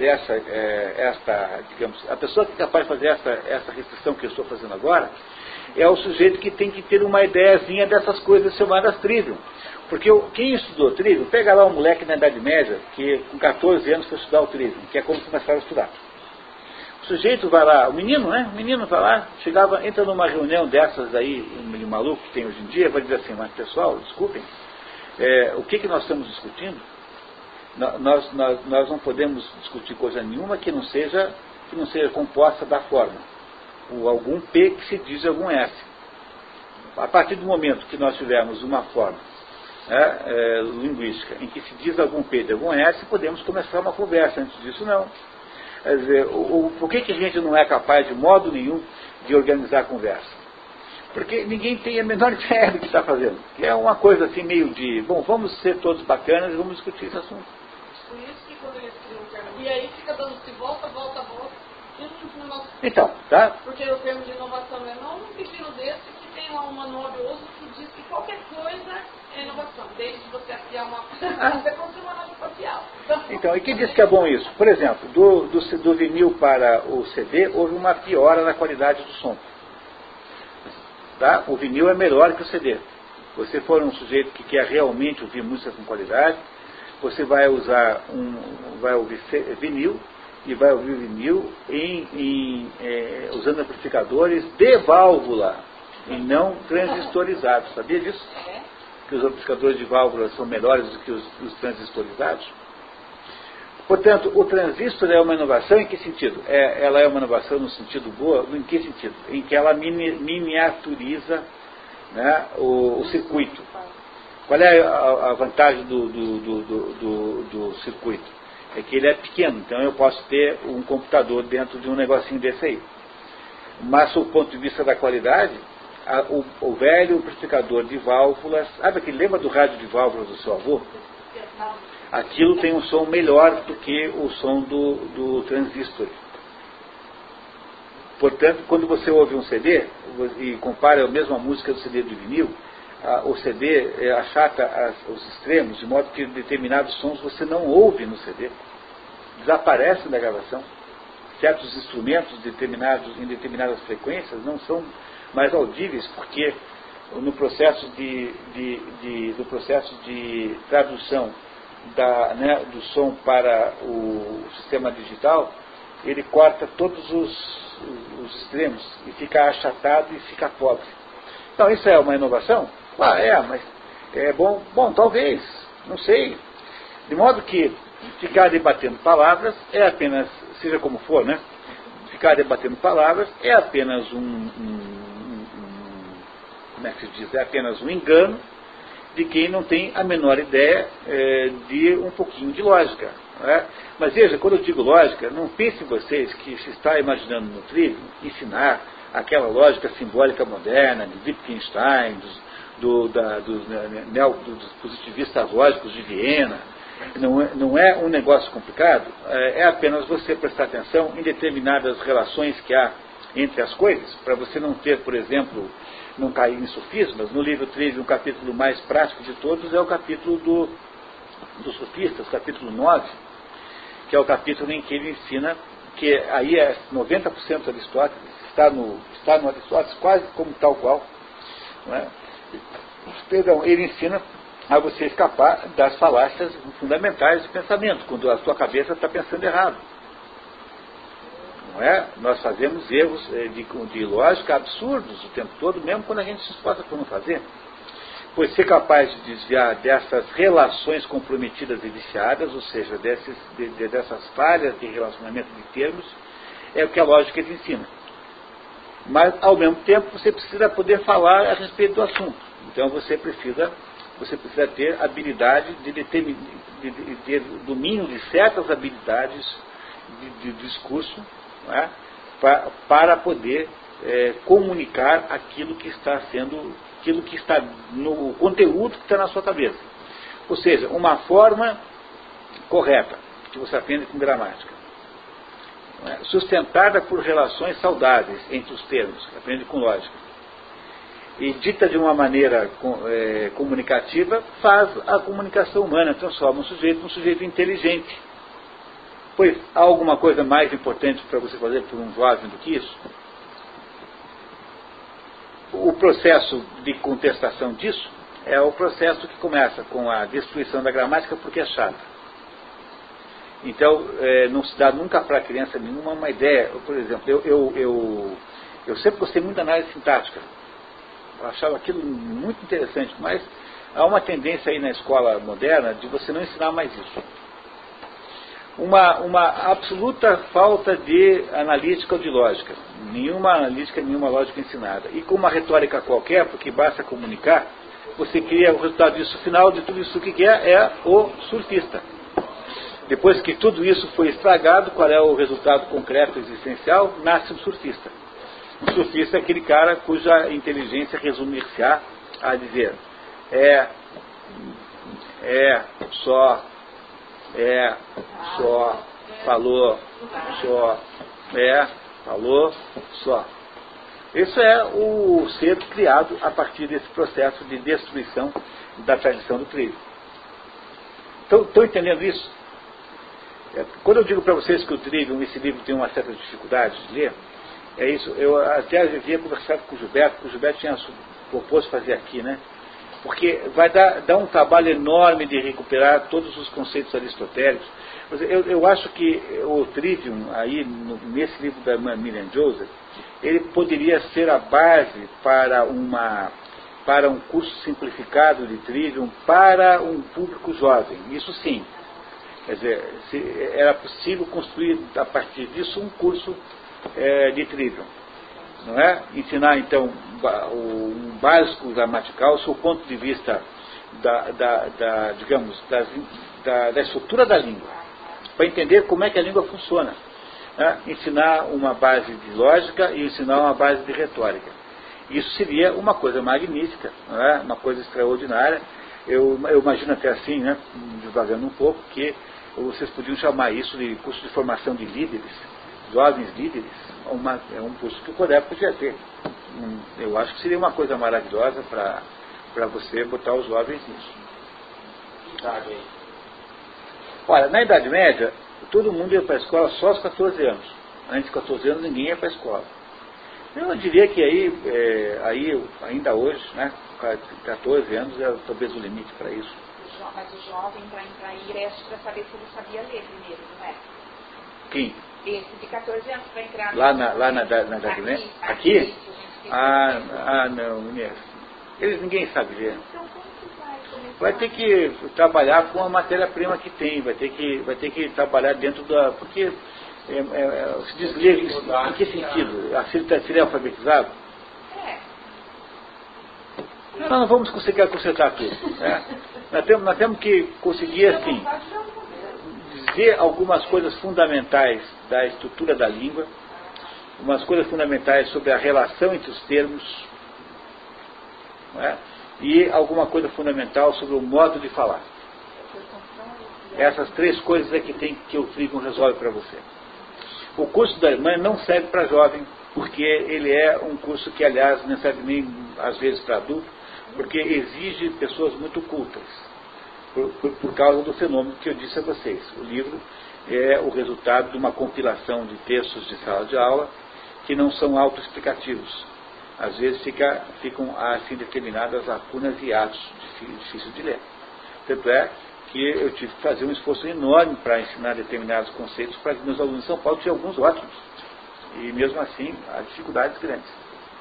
a pessoa que é capaz de fazer essa restrição que eu estou fazendo agora, é o sujeito que tem que ter uma ideiazinha dessas coisas chamadas trivium. Porque quem estudou trivium, pega lá um moleque na Idade Média, que com 14 anos foi estudar o trivium, que é como começar a estudar. O sujeito vai lá, o menino vai lá, entra numa reunião dessas aí, de maluco que tem hoje em dia, vai dizer assim, mas pessoal, desculpem, o que nós estamos discutindo? Nós não podemos discutir coisa nenhuma que não seja composta da forma, ou algum P que se diz algum S. A partir do momento que nós tivermos uma forma linguística em que se diz algum P de algum S, podemos começar uma conversa. Antes disso, não. Quer dizer, por que a gente não é capaz de modo nenhum de organizar a conversa? Porque ninguém tem a menor ideia do que está fazendo. Que é uma coisa assim meio de, vamos ser todos bacanas e vamos discutir esse assunto. Por isso que quando eles criam o termo, e aí fica dando-se volta, então, tá? Porque o termo de inovação é não um pepino desse que tem lá um manual de uso que diz que qualquer coisa é inovação, desde você criar uma você construir uma nave espacial. Então, e quem diz que é bom isso? Por exemplo, do vinil para o CD, houve uma piora na qualidade do som. Tá? O vinil é melhor que o CD. Se você for um sujeito que quer realmente ouvir música com qualidade, você vai ouvir vinil, e vai ouvir vinil usando amplificadores de válvula e não transistorizados. Sabia disso? Que os amplificadores de válvula são melhores do que os transistorizados? Portanto, o transistor é uma inovação em que sentido? Ela é uma inovação no sentido boa? Em que sentido? Em que ela miniaturiza, né, o circuito. Qual é a vantagem do circuito? É que ele é pequeno, então eu posso ter um computador dentro de um negocinho desse aí. Mas, do ponto de vista da qualidade, o velho amplificador de válvulas, lembra do rádio de válvulas do seu avô? Aquilo tem um som melhor do que o som do transistor. Portanto, quando você ouve um CD e compara a mesma música do CD do vinil, o CD achata os extremos, de modo que determinados sons você não ouve no CD. Desaparecem da gravação. certos instrumentos em determinadas frequências não são mais audíveis, porque no processo do processo de tradução do som para o sistema digital, ele corta todos os extremos e fica achatado e fica pobre. Então, isso é uma inovação? Mas é bom, talvez, não sei. De modo que ficar debatendo palavras é apenas, seja como for, né? Ficar debatendo palavras é apenas como é que se diz? É apenas um engano de quem não tem a menor ideia de um pouquinho de lógica. Não é? Mas veja, quando eu digo lógica, não pensem vocês que se está imaginando no Trivium ensinar aquela lógica simbólica moderna de Wittgenstein, dos positivistas lógicos de Viena. Não é um negócio complicado, é apenas você prestar atenção em determinadas relações que há entre as coisas, para você não ter, por exemplo, não cair em sofismas. No livro Trivium, o capítulo mais prático de todos é o capítulo dos sofistas, capítulo 9, que é o capítulo em que ele ensina, que aí é 90% de Aristóteles, está no Aristóteles quase como tal qual, não é? Perdão, ele ensina a você escapar das falácias fundamentais de pensamento, quando a sua cabeça está pensando errado. Não é? Nós fazemos erros de lógica absurdos o tempo todo, mesmo quando a gente se esforça por não fazer. Pois ser capaz de desviar dessas relações comprometidas e viciadas, ou seja, dessas falhas de relacionamento de termos, é o que a lógica te ensina. Mas, ao mesmo tempo, você precisa poder falar a respeito do assunto. Então, você precisa ter habilidade de ter domínio de certas habilidades de discurso, não é? Para poder comunicar aquilo que está no conteúdo que está na sua cabeça. Ou seja, uma forma correta, que você aprende com gramática, não é? Sustentada por relações saudáveis entre os termos, que aprende com lógica, e dita de uma maneira comunicativa, faz a comunicação humana, transforma um sujeito num sujeito inteligente. Pois, há alguma coisa mais importante para você fazer por um jovem do que isso? O processo de contestação disso é o processo que começa com a destruição da gramática, porque é chata. Então, não se dá nunca para a criança nenhuma uma ideia. Por exemplo, eu sempre gostei muito da análise sintática. Eu achava aquilo muito interessante, mas há uma tendência aí na escola moderna de você não ensinar mais isso. Uma absoluta falta de analítica ou de lógica. Nenhuma analítica, nenhuma lógica ensinada. E com uma retórica qualquer, porque basta comunicar, você cria o resultado disso final de tudo isso que é o surfista. Depois que tudo isso foi estragado, qual é o resultado concreto existencial? Nasce um surfista. Um surfista é aquele cara cuja inteligência resumir-se-á a dizer só, falou, só. Isso é o ser criado a partir desse processo de destruição da tradição do Trivium. Estão entendendo isso? Quando eu digo para vocês que o Trivium, esse livro, tem uma certa dificuldade de ler, é isso. Eu até havia conversado com o Gilberto, que o Gilberto tinha proposto fazer aqui, né? Porque vai dar um trabalho enorme de recuperar todos os conceitos aristotélicos. Eu acho que o Trivium, aí, nesse livro da Miriam Joseph, ele poderia ser a base para um curso simplificado de Trivium para um público jovem. Isso sim. Quer dizer, era possível construir a partir disso um curso de Trivium. Não é? Ensinar, então, o básico gramatical, sob o ponto de vista da estrutura da língua, para entender como é que a língua funciona. Né? Ensinar uma base de lógica e ensinar uma base de retórica. Isso seria uma coisa magnífica, não é? Uma coisa extraordinária. Eu imagino até assim, né, devagando um pouco, que vocês podiam chamar isso de curso de formação de líderes, jovens líderes. É um curso que o CODEP podia ter. Eu acho que seria uma coisa maravilhosa para você botar os jovens nisso. Idade aí. Olha, na Idade Média, todo mundo ia para a escola só aos 14 anos. Antes de 14 anos ninguém ia para a escola. Eu diria que aí ainda hoje, né, 14 anos é talvez o limite para isso. Mas o jovem vai entrar em ingresso para saber se ele sabia ler primeiro, não é? Quem? Esse de 14 anos para entrar lá na Gabinete? Aqui? Não, Inês. Ninguém sabe ler. Então como que vai começar? Vai ter que trabalhar com a matéria-prima que tem, vai ter que trabalhar dentro da... Porque se desliga isso. Em que sentido? Se ele é alfabetizado? Nós não vamos conseguir consertar tudo. Né? Nós temos que conseguir, assim, dizer algumas coisas fundamentais da estrutura da língua, umas coisas fundamentais sobre a relação entre os termos, não é? E alguma coisa fundamental sobre o modo de falar. Essas 3 coisas é que o Trivium resolve para você. O curso da Alemanha não serve para jovem, porque ele é um curso que, aliás, não serve nem às vezes para adulto, porque exige pessoas muito cultas, por causa do fenômeno que eu disse a vocês. O livro é o resultado de uma compilação de textos de sala de aula que não são autoexplicativos. Às vezes ficam assim determinadas lacunas e atos difíceis de ler. Tanto é que eu tive que fazer um esforço enorme para ensinar determinados conceitos para que meus alunos em São Paulo tinham alguns ótimos. E mesmo assim, há dificuldades grandes.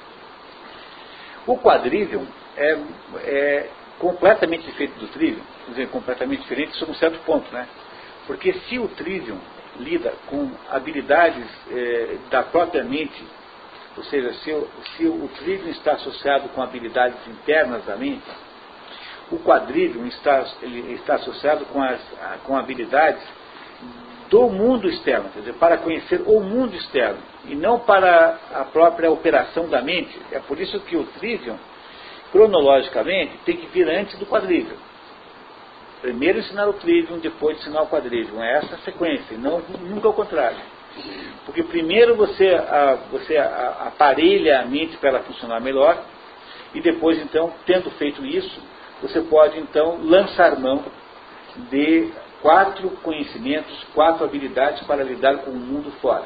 O quadrivium é completamente diferente do trivium, quer dizer, completamente diferente sob um certo ponto, né? Porque se o trivium lida com habilidades da própria mente, ou seja, se o trivium está associado com habilidades internas da mente, o quadrivium está associado com habilidades do mundo externo, quer dizer, para conhecer o mundo externo, e não para a própria operação da mente. É por isso que o trivium, cronologicamente, tem que vir antes do quadrivium. Primeiro ensinar o trivium, depois ensinar o quadrivium. É essa a sequência, e nunca ao contrário. Porque primeiro você aparelha a mente para ela funcionar melhor, e depois, então, tendo feito isso, você pode, então, lançar mão de 4 conhecimentos, 4 habilidades para lidar com o mundo fora.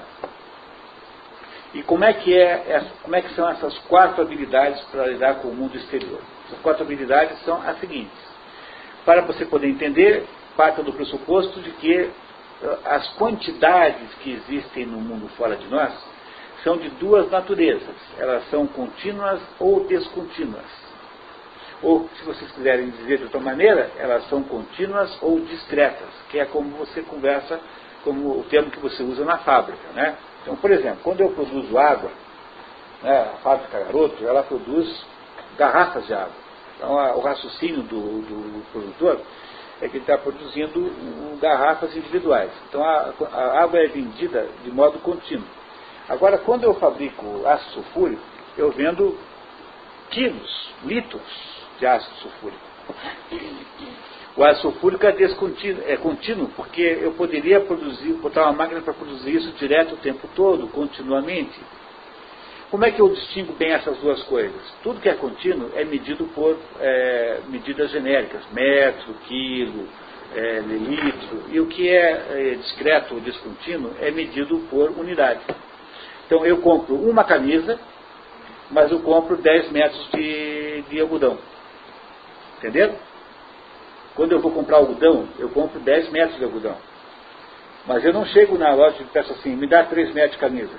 E como é que são essas 4 habilidades para lidar com o mundo exterior? Essas 4 habilidades são as seguintes. Para você poder entender, parta do pressuposto de que as quantidades que existem no mundo fora de nós são de 2 naturezas. Elas são contínuas ou descontínuas. Ou, se vocês quiserem dizer de outra maneira, elas são contínuas ou discretas, que é como você conversa, como o termo que você usa na fábrica, né? Então, por exemplo, quando eu produzo água, né, a fábrica Garoto, ela produz garrafas de água. Então, o raciocínio do produtor é que ele está produzindo garrafas individuais. Então, a água é vendida de modo contínuo. Agora, quando eu fabrico ácido sulfúrico, eu vendo quilos, litros de ácido sulfúrico. O ácido sulfúrico é contínuo, porque eu poderia botar uma máquina para produzir isso direto o tempo todo, continuamente. Como é que eu distingo bem essas 2 coisas? Tudo que é contínuo é medido por medidas genéricas, metro, quilo, litro, e o que é discreto ou descontínuo é medido por unidade. Então eu compro uma camisa, mas eu compro 10 metros de algodão. Entenderam? Quando eu vou comprar algodão, eu compro 10 metros de algodão. Mas eu não chego na loja e peço assim, me dá 3 metros de camisa.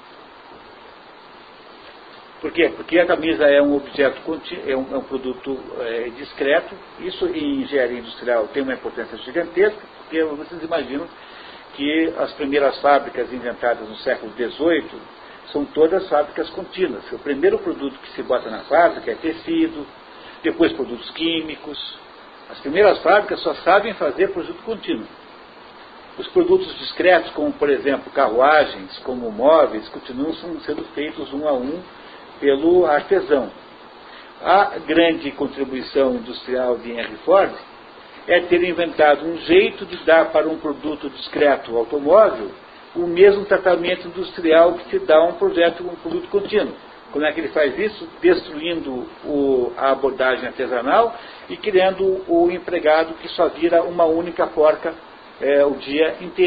Por quê? Porque a camisa é um objeto contínuo, é um produto discreto. Isso em engenharia industrial tem uma importância gigantesca, porque vocês imaginam que as primeiras fábricas inventadas no século XVIII são todas fábricas contínuas. O primeiro produto que se bota na fábrica é tecido, depois produtos químicos. As primeiras fábricas só sabem fazer produto contínuo. Os produtos discretos, como por exemplo carruagens, como móveis, continuam sendo feitos um a um pelo artesão. A grande contribuição industrial de Henry Ford é ter inventado um jeito de dar para um produto discreto automóvel o mesmo tratamento industrial que se dá a um produto contínuo. Como é que ele faz isso? Destruindo a abordagem artesanal e criando o empregado que só vira uma única porca o dia inteiro.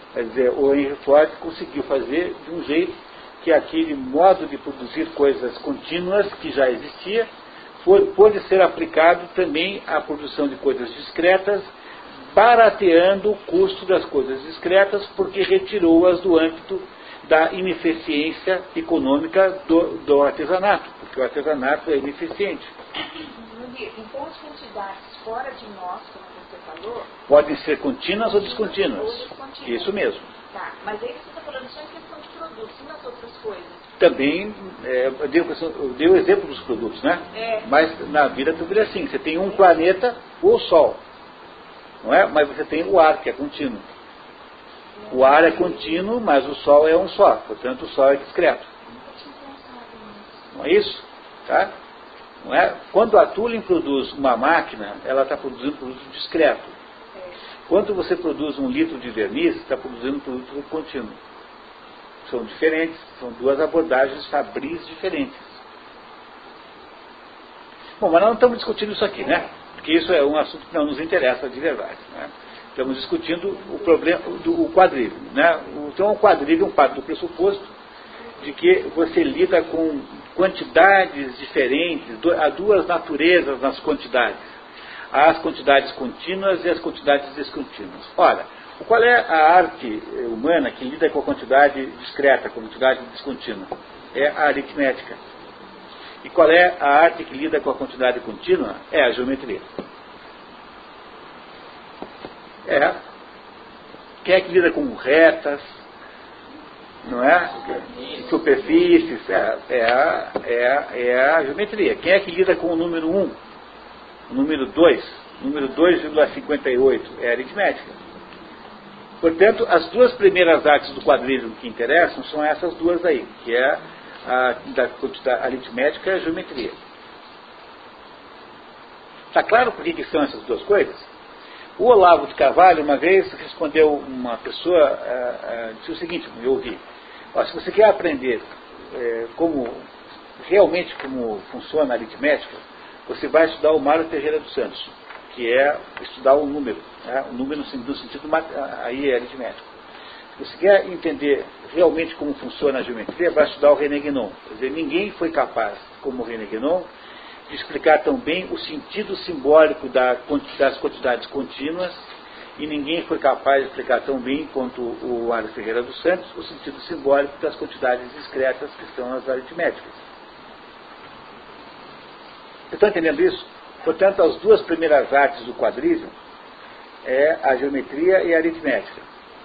Quer dizer, o Henry Ford conseguiu fazer de um jeito que aquele modo de produzir coisas contínuas que já existia pôde ser aplicado também à produção de coisas discretas, barateando o custo das coisas discretas, porque retirou-as do âmbito da ineficiência econômica do artesanato, porque o artesanato é ineficiente. Então as quantidades fora de nós, como você falou, podem ser contínuas ou descontínuas. Isso mesmo. Tá, mas aí você está falando só em questão de produtos e nas outras coisas. Também, eu dei o exemplo dos produtos, né? Mas na vida tudo é assim. Você tem um planeta, o Sol, não é? Mas você tem o ar, que é contínuo. O ar é contínuo, mas o Sol é um só. Portanto, o Sol é discreto. Não é isso? Tá? Não é? Quando a Tulin produz uma máquina, ela está produzindo um produto discreto. Quando você produz 1 litro de verniz, está produzindo um produto contínuo. São diferentes, são duas abordagens fabris diferentes. Bom, mas nós não estamos discutindo isso aqui, né? Porque isso é um assunto que não nos interessa de verdade, né? Estamos discutindo o problema do quadrívio, né? Então, o quadrívio parte do pressuposto de que você lida com quantidades diferentes, há duas naturezas nas quantidades. Há as quantidades contínuas e as quantidades descontínuas. Ora, qual é a arte humana que lida com a quantidade discreta, com a quantidade descontínua? É a aritmética. E qual é a arte que lida com a quantidade contínua? É a geometria. Quem é que lida com retas, não é? Superfícies, é a geometria. Quem é que lida com o número 1? O número 2? O número 2,58 é a aritmética. Portanto, as duas primeiras artes do quadrívio que interessam são essas duas aí, que é da aritmética e a geometria. Está claro por que são essas duas coisas? O Olavo de Carvalho, uma vez, respondeu uma pessoa, disse o seguinte, eu ouvi, se você quer aprender realmente como funciona a aritmética, você vai estudar o Mário Ferreira dos Santos, que é estudar o número, né? O número no sentido, aí é aritmético. Se você quer entender realmente como funciona a geometria, vai estudar o René Guénon. Quer dizer, ninguém foi capaz, como o René Guénon, de explicar tão bem o sentido simbólico das quantidades contínuas, e ninguém foi capaz de explicar tão bem quanto o Mário Ferreira dos Santos o sentido simbólico das quantidades discretas que são as aritméticas. Vocês estão entendendo isso? Portanto, as duas primeiras artes do quadrívio é a geometria e a aritmética.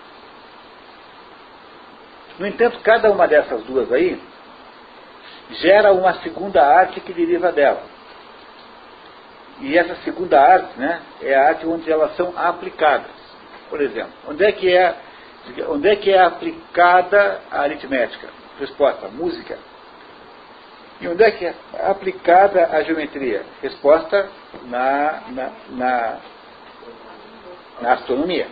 No entanto, cada uma dessas duas aí gera uma segunda arte que deriva dela. E essa segunda arte, né, é a arte onde elas são aplicadas. Por exemplo, onde é que é aplicada a aritmética? Resposta, música. E onde é que é aplicada a geometria? Resposta, na astronomia.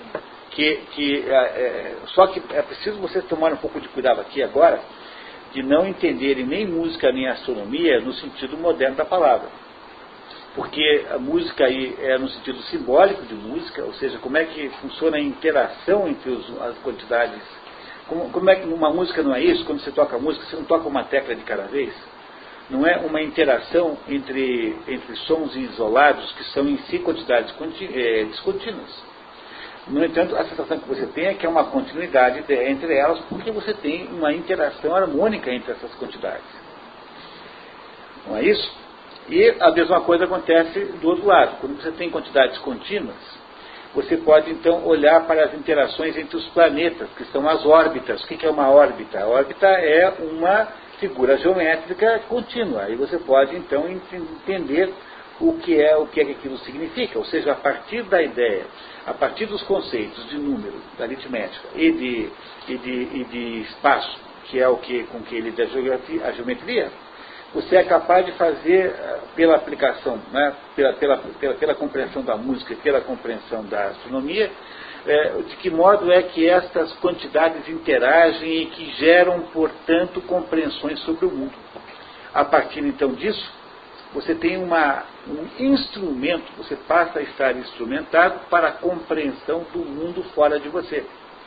Só que é preciso vocês tomarem um pouco de cuidado aqui agora, de não entenderem nem música nem astronomia no sentido moderno da palavra. Porque a música aí é no sentido simbólico de música, ou seja, como é que funciona a interação entre as quantidades. Como é que uma música não é isso? Quando você toca música, você não toca uma tecla de cada vez? Não é uma interação entre sons isolados que são em si quantidades descontínuas. No entanto, a sensação que você tem é que é uma continuidade entre elas, porque você tem uma interação harmônica entre essas quantidades. Não é isso? E a mesma coisa acontece do outro lado. Quando você tem quantidades contínuas, você pode então olhar para as interações entre os planetas, que são as órbitas. O que é uma órbita? A órbita é uma figura geométrica contínua. E você pode então entender o que é que aquilo significa. Ou seja, a partir da ideia, a partir dos conceitos de número, da aritmética e de espaço, que é com que ele lida a geometria, você é capaz de fazer, pela aplicação, né, pela compreensão da música e pela compreensão da astronomia, de que modo é que estas quantidades interagem e que geram, portanto, compreensões sobre o mundo. A partir, então, disso, você tem um instrumento, você passa a estar instrumentado para a compreensão do mundo fora de você.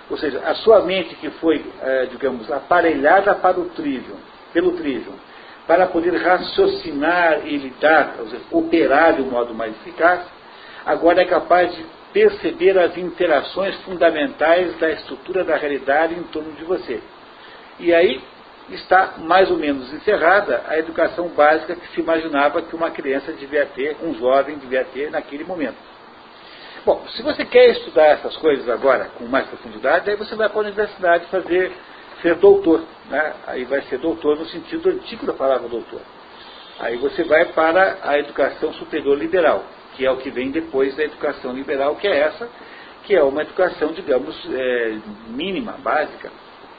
Ou seja, a sua mente que foi, digamos, aparelhada para o pelo trivium, para poder raciocinar e lidar, ou seja, operar de um modo mais eficaz, agora é capaz de perceber as interações fundamentais da estrutura da realidade em torno de você. E aí está mais ou menos encerrada a educação básica que se imaginava que uma criança devia ter, um jovem devia ter naquele momento. Bom, se você quer estudar essas coisas agora com mais profundidade, aí você vai para a universidade ser doutor, né? Aí vai ser doutor no sentido antigo da palavra doutor. Aí você vai para a educação superior liberal, que é o que vem depois da educação liberal, que é essa, que é uma educação, digamos, mínima, básica.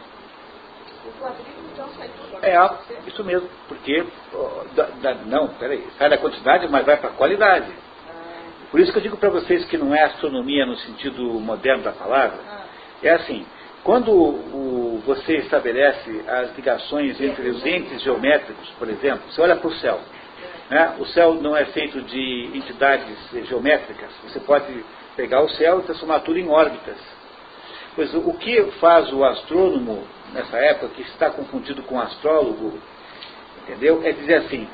O quadrinho, então, sai tudo Isso mesmo, porque, não, peraí, sai da quantidade, mas vai para a qualidade. Por isso que eu digo para vocês que não é astronomia no sentido moderno da palavra, é assim, quando você estabelece as ligações entre os entes geométricos, por exemplo, você olha para o céu, né? O céu não é feito de entidades geométricas, você pode pegar o céu e transformar tudo em órbitas. Pois o que faz o astrônomo nessa época, que está confundido com o astrólogo, entendeu? É dizer assim,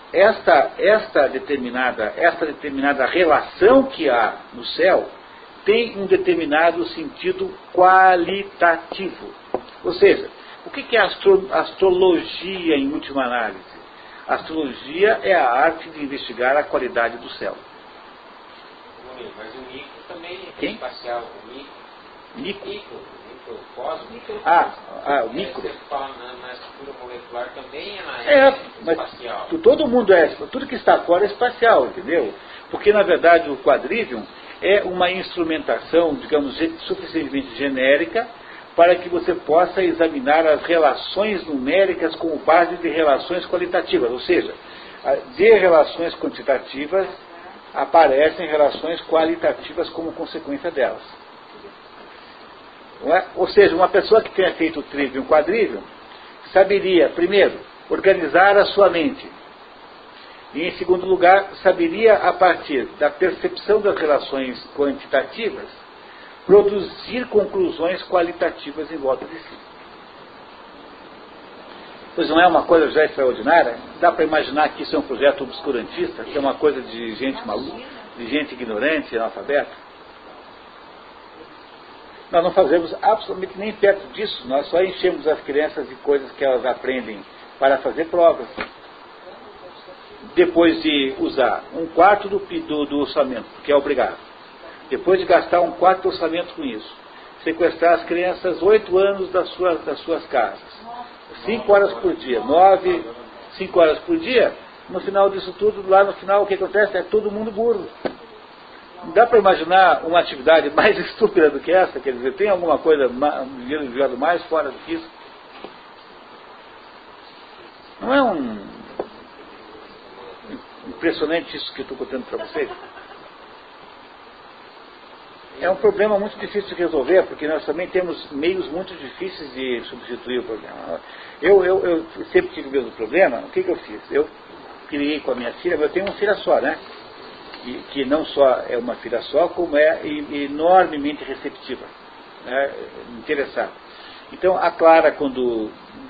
esta determinada relação que há no céu tem um determinado sentido qualitativo. Ou seja, o que é astrologia em última análise? A astrologia é a arte de investigar a qualidade do céu. Mas o micro também é Quem? espacial. O microcosmo. O micro. Você fala na estrutura molecular também Mas espacial. todo mundo tudo que está fora é espacial, entendeu? Porque, na verdade, o quadrivium é uma instrumentação, digamos, suficientemente genérica para que você possa examinar as relações numéricas como base de relações qualitativas. Ou seja, de relações quantitativas aparecem relações qualitativas como consequência delas. Não é? Ou seja, uma pessoa que tenha feito o trivium, quadrivium, saberia, primeiro, organizar a sua mente. E, em segundo lugar, saberia, a partir da percepção das relações quantitativas, produzir conclusões qualitativas em volta de si. Pois não é uma coisa já extraordinária? Dá para imaginar que isso é um projeto obscurantista, que é uma coisa de gente maluca, de gente ignorante, analfabeta? Nós não fazemos absolutamente nem perto disso, nós só enchemos as crianças de coisas que elas aprendem para fazer provas. Depois de usar um quarto do orçamento, que é obrigado, depois de gastar um quarto do orçamento com isso, sequestrar as crianças 8 anos das suas casas, 5 horas por dia, 5 horas por dia, no final disso tudo, lá no final o que acontece é todo mundo burro. Dá para imaginar uma atividade mais estúpida do que essa? Quer dizer, tem alguma coisa mais fora do que isso? Não é impressionante isso que eu estou contando para vocês? É um problema muito difícil de resolver, porque nós também temos meios muito difíceis de substituir o problema. Eu sempre tive o mesmo problema. O que eu fiz? Eu criei com a minha filha, mas eu tenho uma filha só, né? Que não só é uma filha só, como é enormemente receptiva, né? Interessada. Então, a Clara, quando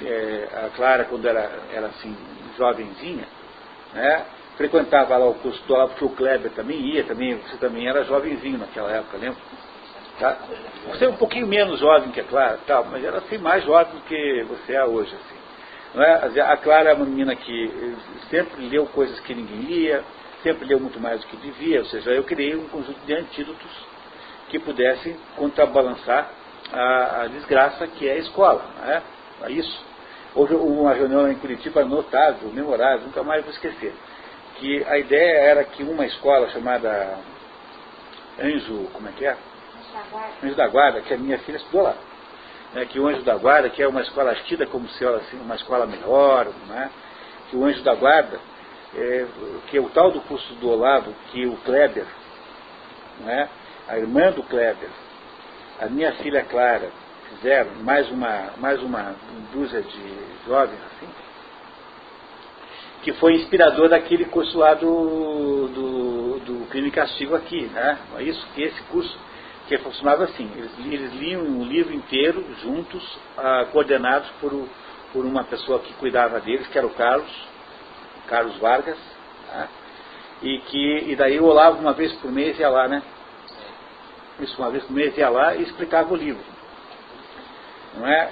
era assim, jovenzinha, né? Frequentava lá o curso do Olavo, porque o Kleber também ia, você também era jovenzinho naquela época, lembra? Tá? Você é um pouquinho menos jovem que a Clara, tá? Mas ela é mais jovem do que você é hoje. Assim, não é? A Clara é uma menina que sempre leu coisas que ninguém lia, sempre leu muito mais do que devia, ou seja, eu criei um conjunto de antídotos que pudessem contrabalançar a desgraça que é a escola. Não é? Isso. Houve uma reunião em Curitiba notável, memorável, nunca mais vou esquecer. Que a ideia era que uma escola chamada Anjo da Guarda, que a minha filha estudou lá, né, que o Anjo da Guarda, que é uma escola tida como se assim, uma escola melhor, né, que o Anjo da Guarda, que é o tal do curso do Olavo, que o Kleber, né, a irmã do Kleber, a minha filha Clara, fizeram mais uma dúzia de jovens assim, que foi inspirador daquele curso lá do Crime e Castigo aqui, né? Isso, que esse curso, porque funcionava assim, eles liam um livro inteiro juntos, coordenados por uma pessoa que cuidava deles, que era o Carlos Vargas, tá? E daí o Olavo uma vez por mês ia lá, né? Isso, uma vez por mês ia lá e explicava o livro. Não é?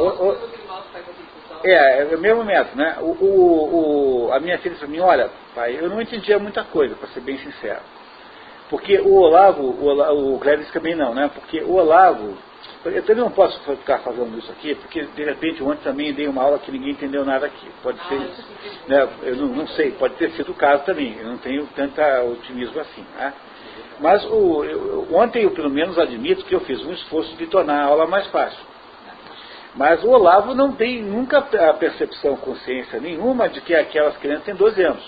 É o mesmo método, né? A minha filha disse para mim, olha, pai, eu não entendia muita coisa, para ser bem sincero. Porque o Olavo, o Cléris também não, né? Porque o Olavo, eu também não posso ficar fazendo isso aqui, porque de repente ontem também dei uma aula que ninguém entendeu nada aqui. Pode ser, né? Eu não sei, pode ter sido o caso também, eu não tenho tanto otimismo assim, né? Mas ontem eu pelo menos admito que eu fiz um esforço de tornar a aula mais fácil. Mas o Olavo não tem nunca a percepção, consciência nenhuma de que aquelas crianças têm 12 anos.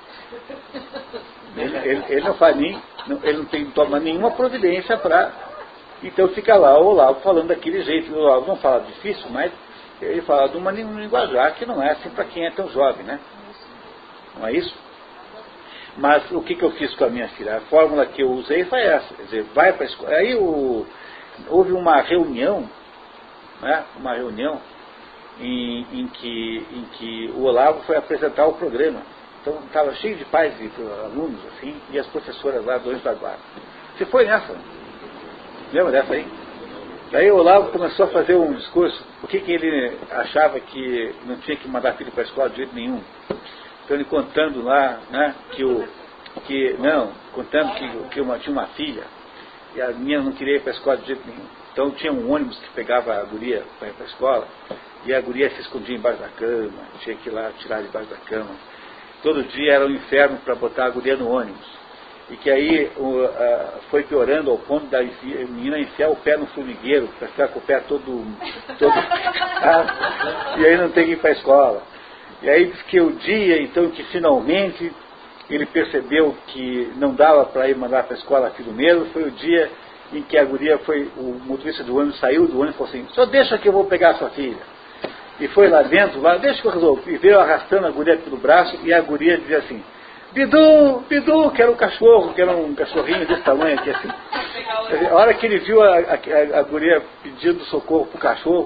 Ele não faz ele não toma nenhuma providência para. Então fica lá o Olavo falando daquele jeito. O Olavo não fala difícil, mas ele fala de uma linguajar que não é assim para quem é tão jovem, né? Não é isso? Mas o que eu fiz com a minha filha? A fórmula que eu usei foi essa. Quer dizer, vai para a escola. Aí houve uma reunião, né? Uma reunião em que o Olavo foi apresentar o programa. Então estava cheio de pais e alunos, assim, e as professoras lá do Anjo da Guarda. Você foi nessa? Lembra dessa aí? Daí o Olavo começou a fazer um discurso, por que ele achava que não tinha que mandar filho para a escola de jeito nenhum. Então ele contando lá, né, contando que tinha uma filha, e a menina não queria ir para a escola de jeito nenhum. Então tinha um ônibus que pegava a guria para ir para a escola, e a guria se escondia embaixo da cama, tinha que ir lá tirar debaixo da cama. Todo dia era um inferno para botar a guria no ônibus. E que aí foi piorando ao ponto da menina enfiar o pé no formigueiro, para ficar com o pé todo e aí não tem que ir para a escola. E aí diz que o dia, então, que finalmente ele percebeu que não dava para ir mandar para a escola aquilo mesmo, foi o dia em que a guria o motorista do ônibus saiu do ônibus e falou assim, só deixa que eu vou pegar a sua filha. E foi lá dentro, deixa que eu resolvo. E veio arrastando a guria pelo braço, e a guria dizia assim, Bidu, que era um cachorro, que era um cachorrinho desse tamanho aqui assim. A hora que ele viu a guria pedindo socorro pro cachorro,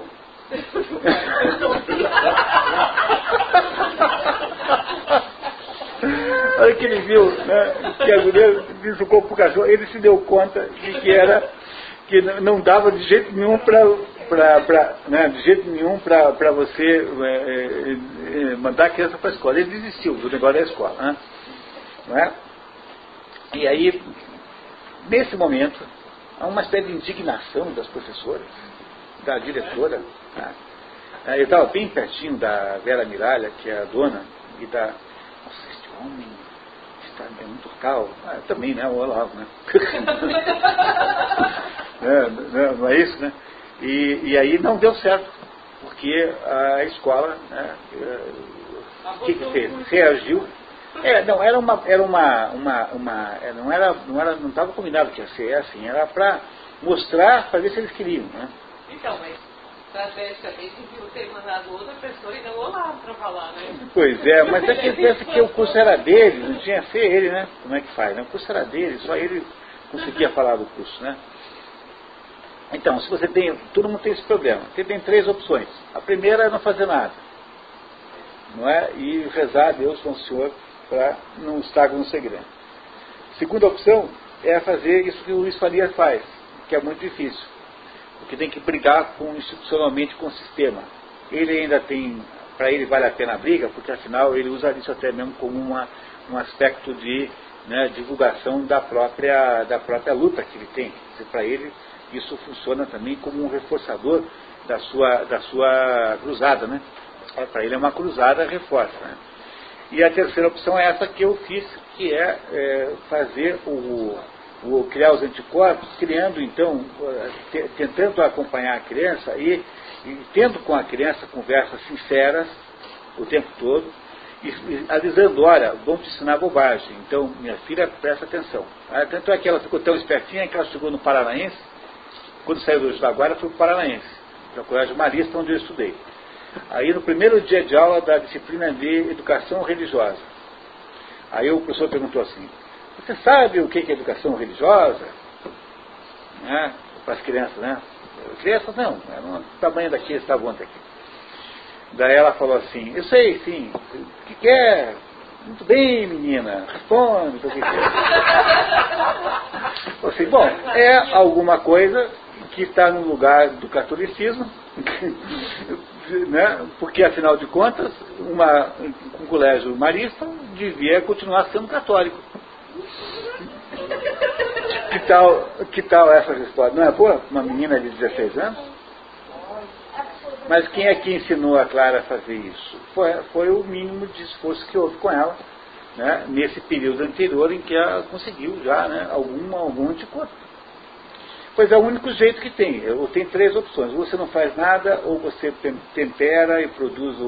a hora que ele viu, né, que a guria pediu socorro pro cachorro, ele se deu conta de que não dava de jeito nenhum de jeito nenhum para você mandar a criança para a escola. Ele desistiu do negócio da escola, né? Não é? E aí, nesse momento, há uma espécie de indignação das professoras, da diretora. Tá? Eu estava bem pertinho da Vera Miralha, que é a dona, e da... Nossa, este homem é muito calmo. Também, né? O Olavo, né? Não é isso, né? E aí não deu certo, porque a escola, né, o que fez? Reagiu. Não estava combinado que ia ser assim, era para mostrar, para ver se eles queriam, né? Então, mas estrategicamente viu ter mandado outra pessoa e não Olavo para falar, né? Pois é, mas é que ele pensa que o curso era dele, não tinha que ser ele, né? Como é que faz? Né? O curso era dele, só ele conseguia falar do curso, né? Então, se você tem, todo mundo tem esse problema. Você tem 3 opções. A primeira é não fazer nada, não é? E rezar a Deus com o Senhor para não estar no segredo. Segunda opção é fazer isso que o Luiz Faria faz, que é muito difícil, porque tem que brigar institucionalmente com o sistema. Ele ainda tem, para ele vale a pena a briga, porque afinal ele usa isso até mesmo como um aspecto de, né, divulgação da própria luta que ele tem. Para ele isso funciona também como um reforçador da sua cruzada, né? Para ele é uma cruzada, reforça, né? E a terceira opção é essa que eu fiz, que é fazer criar os anticorpos, criando então, tentando acompanhar a criança e tendo com a criança conversas sinceras o tempo todo, e avisando, olha, vamos te ensinar bobagem, então minha filha presta atenção. Tanto é que ela ficou tão espertinha que ela chegou no Paranaense, quando saiu do Anjo da Guarda foi para o Paranaense, para o Colégio Marista, onde eu estudei. Aí no primeiro dia de aula da disciplina de educação religiosa, aí o professor perguntou assim, você sabe o que é educação religiosa? né, para as crianças, né? Crianças não, era um tamanho daqui, esse tamanho daqui. Daí ela falou assim, eu sei, sim, o que quer? Muito bem, menina, responde, o que quer? Eu falei, bom, é alguma coisa que está no lugar do catolicismo, né? Porque, afinal de contas, um colégio marista devia continuar sendo católico. Que tal essa história? Não é boa? Uma menina de 16 anos? Mas quem é que ensinou a Clara a fazer isso? Foi o mínimo de esforço que houve com ela, né, nesse período anterior em que ela conseguiu já, né, algum anticorpo. Pois é o único jeito que tem. Tem 3 opções. Ou você não faz nada, ou você tempera e produz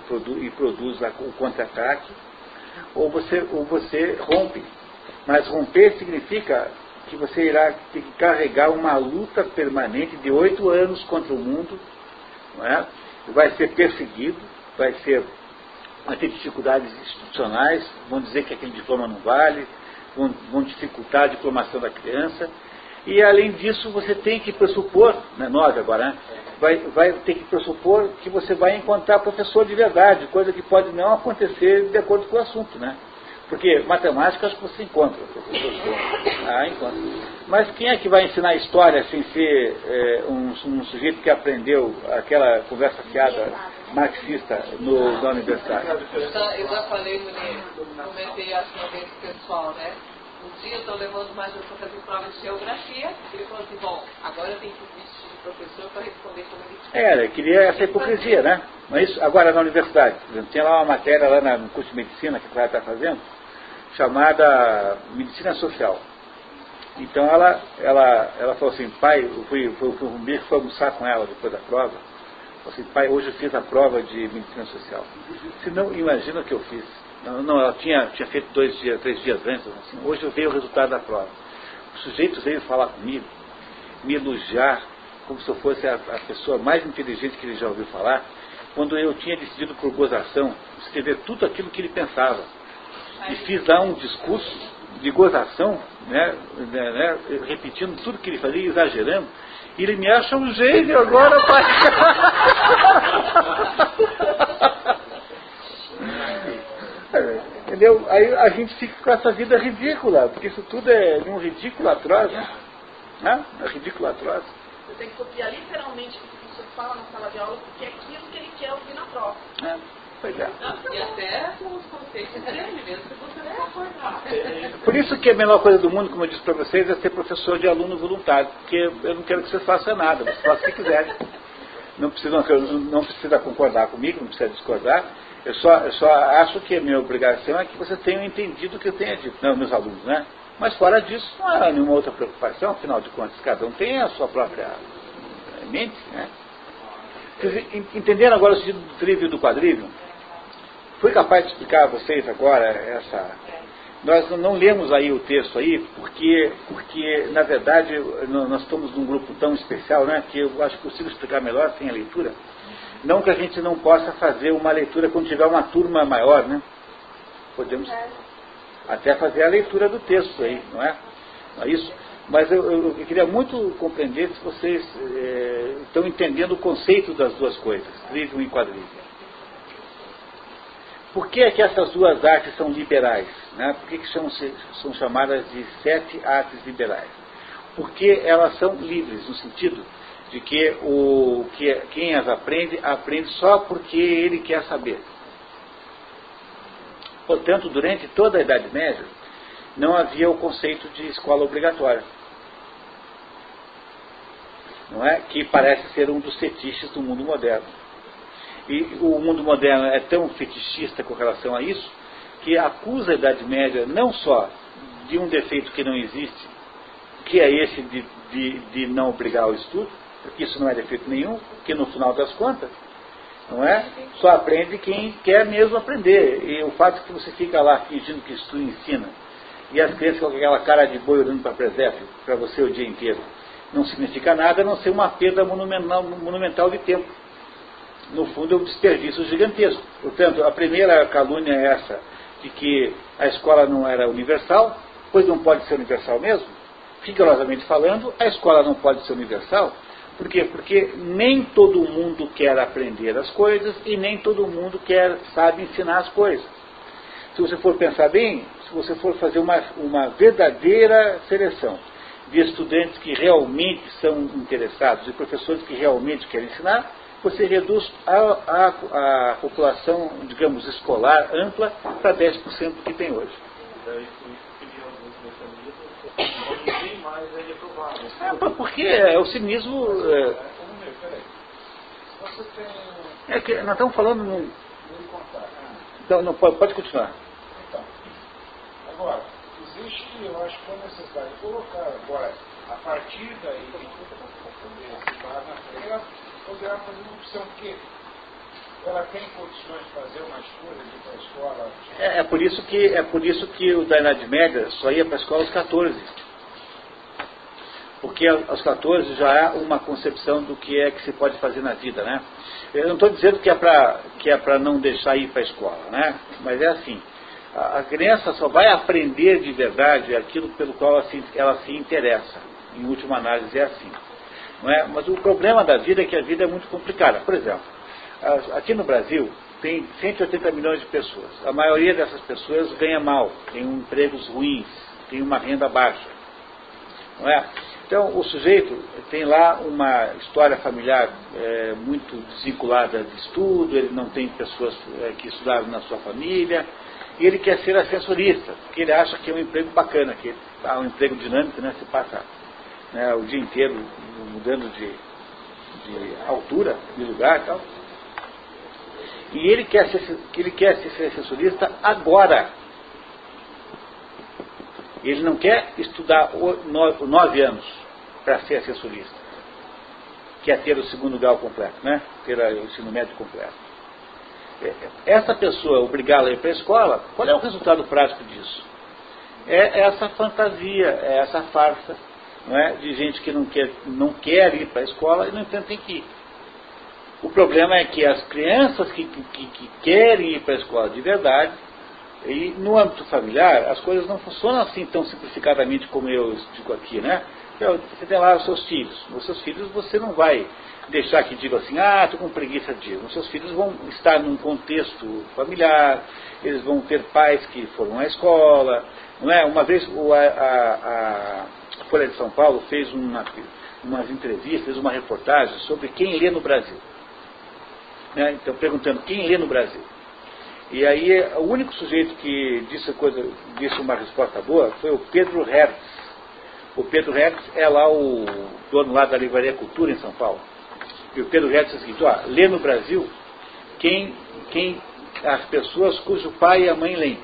o contra-ataque, ou você rompe. Mas romper significa que você irá ter que carregar uma luta permanente de 8 anos contra o mundo, não é? Vai ser perseguido, vai ter dificuldades institucionais, vão dizer que aquele diploma não vale, vão dificultar a diplomação da criança. E, além disso, você tem que pressupor, né, nós agora, né, vai ter que pressupor que você vai encontrar professor de verdade, coisa que pode não acontecer de acordo com o assunto, né? Porque matemática acho que você encontra, professor. Encontra. Mas quem é que vai ensinar história sem ser um sujeito que aprendeu aquela conversa fiada marxista na universidade? Eu já falei, comentei assim uma vez com o pessoal, né? Um dia eu estou levando mais para fazer prova de geografia, ele falou assim, bom, agora eu tenho que vestir de professor para responder como ele Ele queria essa hipocrisia, né? Mas agora na universidade, por exemplo, tem lá uma matéria lá no curso de medicina que a Clara está fazendo, chamada Medicina Social. Então ela falou assim, pai, eu fui almoçar com ela depois da prova, falou assim, pai, hoje eu fiz a prova de Medicina Social. Você não imagina o que eu fiz. Não, ela tinha feito 3 dias antes, assim, hoje eu veio o resultado da prova. O sujeito veio falar comigo, me elogiar, como se eu fosse a pessoa mais inteligente que ele já ouviu falar, quando eu tinha decidido por gozação escrever tudo aquilo que ele pensava. E fiz lá um discurso de gozação, né, repetindo tudo que ele fazia, exagerando, e ele me acha um gênio agora, pai. Entendeu? Aí a gente fica com essa vida ridícula, porque isso tudo é um ridículo atroz, né? É ridículo atroz. Você tem que copiar literalmente o que o professor fala na sala de aula, porque é aquilo que ele quer ouvir na prova. Pois é. E até com os conceitos dele mesmo, se você não acordar. Por isso que a melhor coisa do mundo, como eu disse para vocês, é ser professor de aluno voluntário, porque eu não quero que vocês façam nada, vocês façam o que quiserem. Não precisa concordar comigo, não precisa discordar. Eu só acho que a minha obrigação é que vocês tenham entendido o que eu tenho dito, não, meus alunos, né? Mas fora disso, não há nenhuma outra preocupação, afinal de contas, cada um tem a sua própria mente, né? Vocês entenderam agora o sentido do trívio e do quadrívio? Fui capaz de explicar a vocês agora Nós não lemos aí o texto aí, porque na verdade, nós estamos num grupo tão especial, né, que eu acho que consigo explicar melhor sem a leitura. Não que a gente não possa fazer uma leitura quando tiver uma turma maior, né? Podemos até fazer a leitura do texto aí, não é? Não é isso? Mas eu queria muito compreender se vocês estão entendendo o conceito das duas coisas, trívio e quadrívio. Por que é que essas duas artes são liberais? Né? Por que são chamadas de 7 artes liberais? Porque elas são livres, no sentido de que quem as aprende só porque ele quer saber. Portanto, durante toda a Idade Média, não havia o conceito de escola obrigatória. Não é? Que parece ser um dos fetiches do mundo moderno. E o mundo moderno é tão fetichista com relação a isso, que acusa a Idade Média não só de um defeito que não existe, que é esse de não obrigar ao estudo, porque isso não é defeito nenhum, porque no final das contas, não é? Só aprende quem quer mesmo aprender. E o fato que você fica lá fingindo que estuda e ensina, e as crianças com aquela cara de boi olhando para presépio, para você o dia inteiro, não significa nada a não ser uma perda monumental de tempo. No fundo é um desperdício gigantesco. Portanto, a primeira calúnia é essa, de que a escola não era universal, pois não pode ser universal mesmo. rigorosamente falando, a escola não pode ser universal. Por quê? Porque nem todo mundo quer aprender as coisas e nem todo mundo sabe ensinar as coisas. Se você for pensar bem, se você for fazer uma verdadeira seleção de estudantes que realmente são interessados e professores que realmente querem ensinar, você reduz a população, digamos, escolar ampla para 10% do que tem hoje. Porque o cinismo... É que nós estamos falando... Não, pode continuar. Então, agora, existe, eu acho que é necessário colocar agora, a partir daí, ela poderá fazer uma opção, porque ela tem condições de fazer uma escolha de ir para a escola. É por isso que o da Idade Média só ia para a escola aos 14. Porque aos 14 já há uma concepção do que é que se pode fazer na vida, né? Eu não estou dizendo que é para não deixar ir para a escola, né? Mas é assim, a criança só vai aprender de verdade aquilo pelo qual ela se interessa. Em última análise é assim. Não é? Mas o problema da vida é que a vida é muito complicada. Por exemplo, aqui no Brasil tem 180 milhões de pessoas. A maioria dessas pessoas ganha mal, tem empregos ruins, tem uma renda baixa. Não é? Então, o sujeito tem lá uma história familiar muito desvinculada de estudo, ele não tem pessoas que estudaram na sua família, e ele quer ser ascensorista, porque ele acha que é um emprego bacana, que é um emprego dinâmico, né? Você passa o dia inteiro mudando de altura, de lugar e tal. E ele quer ser assessorista agora. Ele não quer estudar 9 anos para ser assessorista. Quer ter o segundo grau completo, né? Ter o ensino médio completo. Essa pessoa, obrigá-la a ir para a escola, qual é o resultado prático disso? É essa fantasia, é essa farsa, não é? De gente que não quer ir para a escola e, no entanto, tem que ir. O problema é que as crianças que querem ir para a escola de verdade, e no âmbito familiar, as coisas não funcionam assim tão simplificadamente como eu digo aqui, né? Você tem lá os seus filhos. Os seus filhos você não vai deixar que digam assim, estou com preguiça de ir. Os seus filhos vão estar num contexto familiar, eles vão ter pais que foram à escola, não é? Uma vez a Folha de São Paulo fez umas entrevistas, fez uma reportagem sobre quem lê no Brasil. Né? Então, perguntando quem lê no Brasil. E aí, o único sujeito que disse uma resposta boa foi o Pedro Hertz. O Pedro Hertz é lá o dono lá da Livraria Cultura em São Paulo. E o Pedro Hertz diz o seguinte, lê no Brasil as pessoas cujo pai e a mãe leem.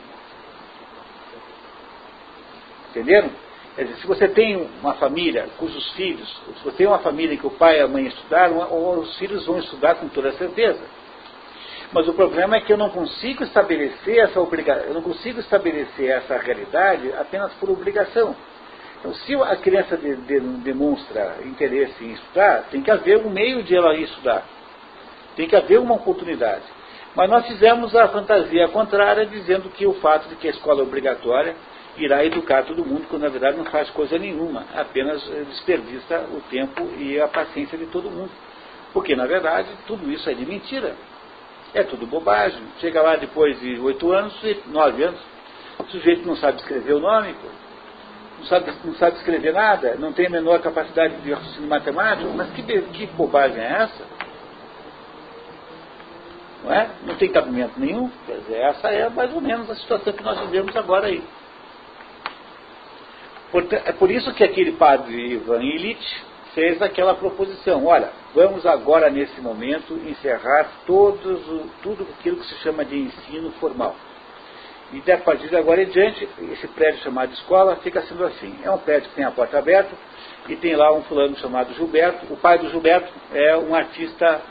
Entenderam? Quer dizer, se você tem uma família cujos filhos, se você tem uma família que o pai e a mãe estudaram, os filhos vão estudar com toda certeza. Mas o problema é que eu não consigo estabelecer essa realidade apenas por obrigação. Então, se a criança demonstra interesse em estudar, tem que haver um meio de ela ir estudar. Tem que haver uma oportunidade. Mas nós fizemos a fantasia contrária, dizendo que o fato de que a escola é obrigatória irá educar todo mundo, quando na verdade não faz coisa nenhuma, apenas desperdiça o tempo e a paciência de todo mundo. Porque, na verdade, tudo isso é de mentira. É tudo bobagem. Chega lá depois de 8 anos, 9 anos, o sujeito não sabe escrever o nome, não sabe escrever nada, não tem a menor capacidade de raciocínio matemático, mas que bobagem é essa? Não é? Não tem cabimento nenhum. Quer dizer, essa é mais ou menos a situação que nós vivemos agora aí. É por isso que aquele padre Ivan Illich fez aquela proposição, olha, vamos agora nesse momento encerrar tudo aquilo que se chama de ensino formal. E a partir de agora em diante, esse prédio chamado escola fica sendo assim. É um prédio que tem a porta aberta e tem lá um fulano chamado Gilberto. O pai do Gilberto é um artista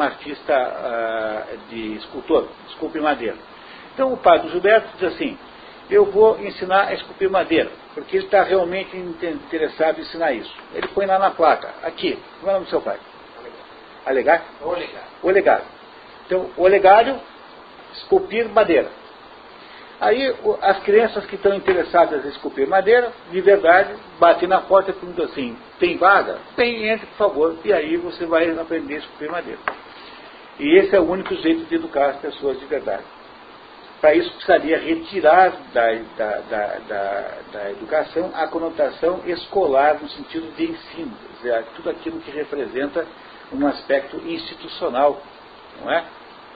de escultor, esculpe madeira. Então o pai do Gilberto diz assim, eu vou ensinar a esculpir madeira, porque ele está realmente interessado em ensinar isso. Ele põe lá na placa, aqui, como é o nome do seu pai? Alegar? Olegário. Então, Olegário, esculpir madeira. Aí as crianças que estão interessadas em esculpir madeira, de verdade, batem na porta e perguntam assim, tem vaga? Tem, entre, por favor. E aí você vai aprender a esculpir madeira. E esse é o único jeito de educar as pessoas de verdade. Para isso precisaria retirar da educação a conotação escolar no sentido de ensino, quer dizer, tudo aquilo que representa um aspecto institucional, não é?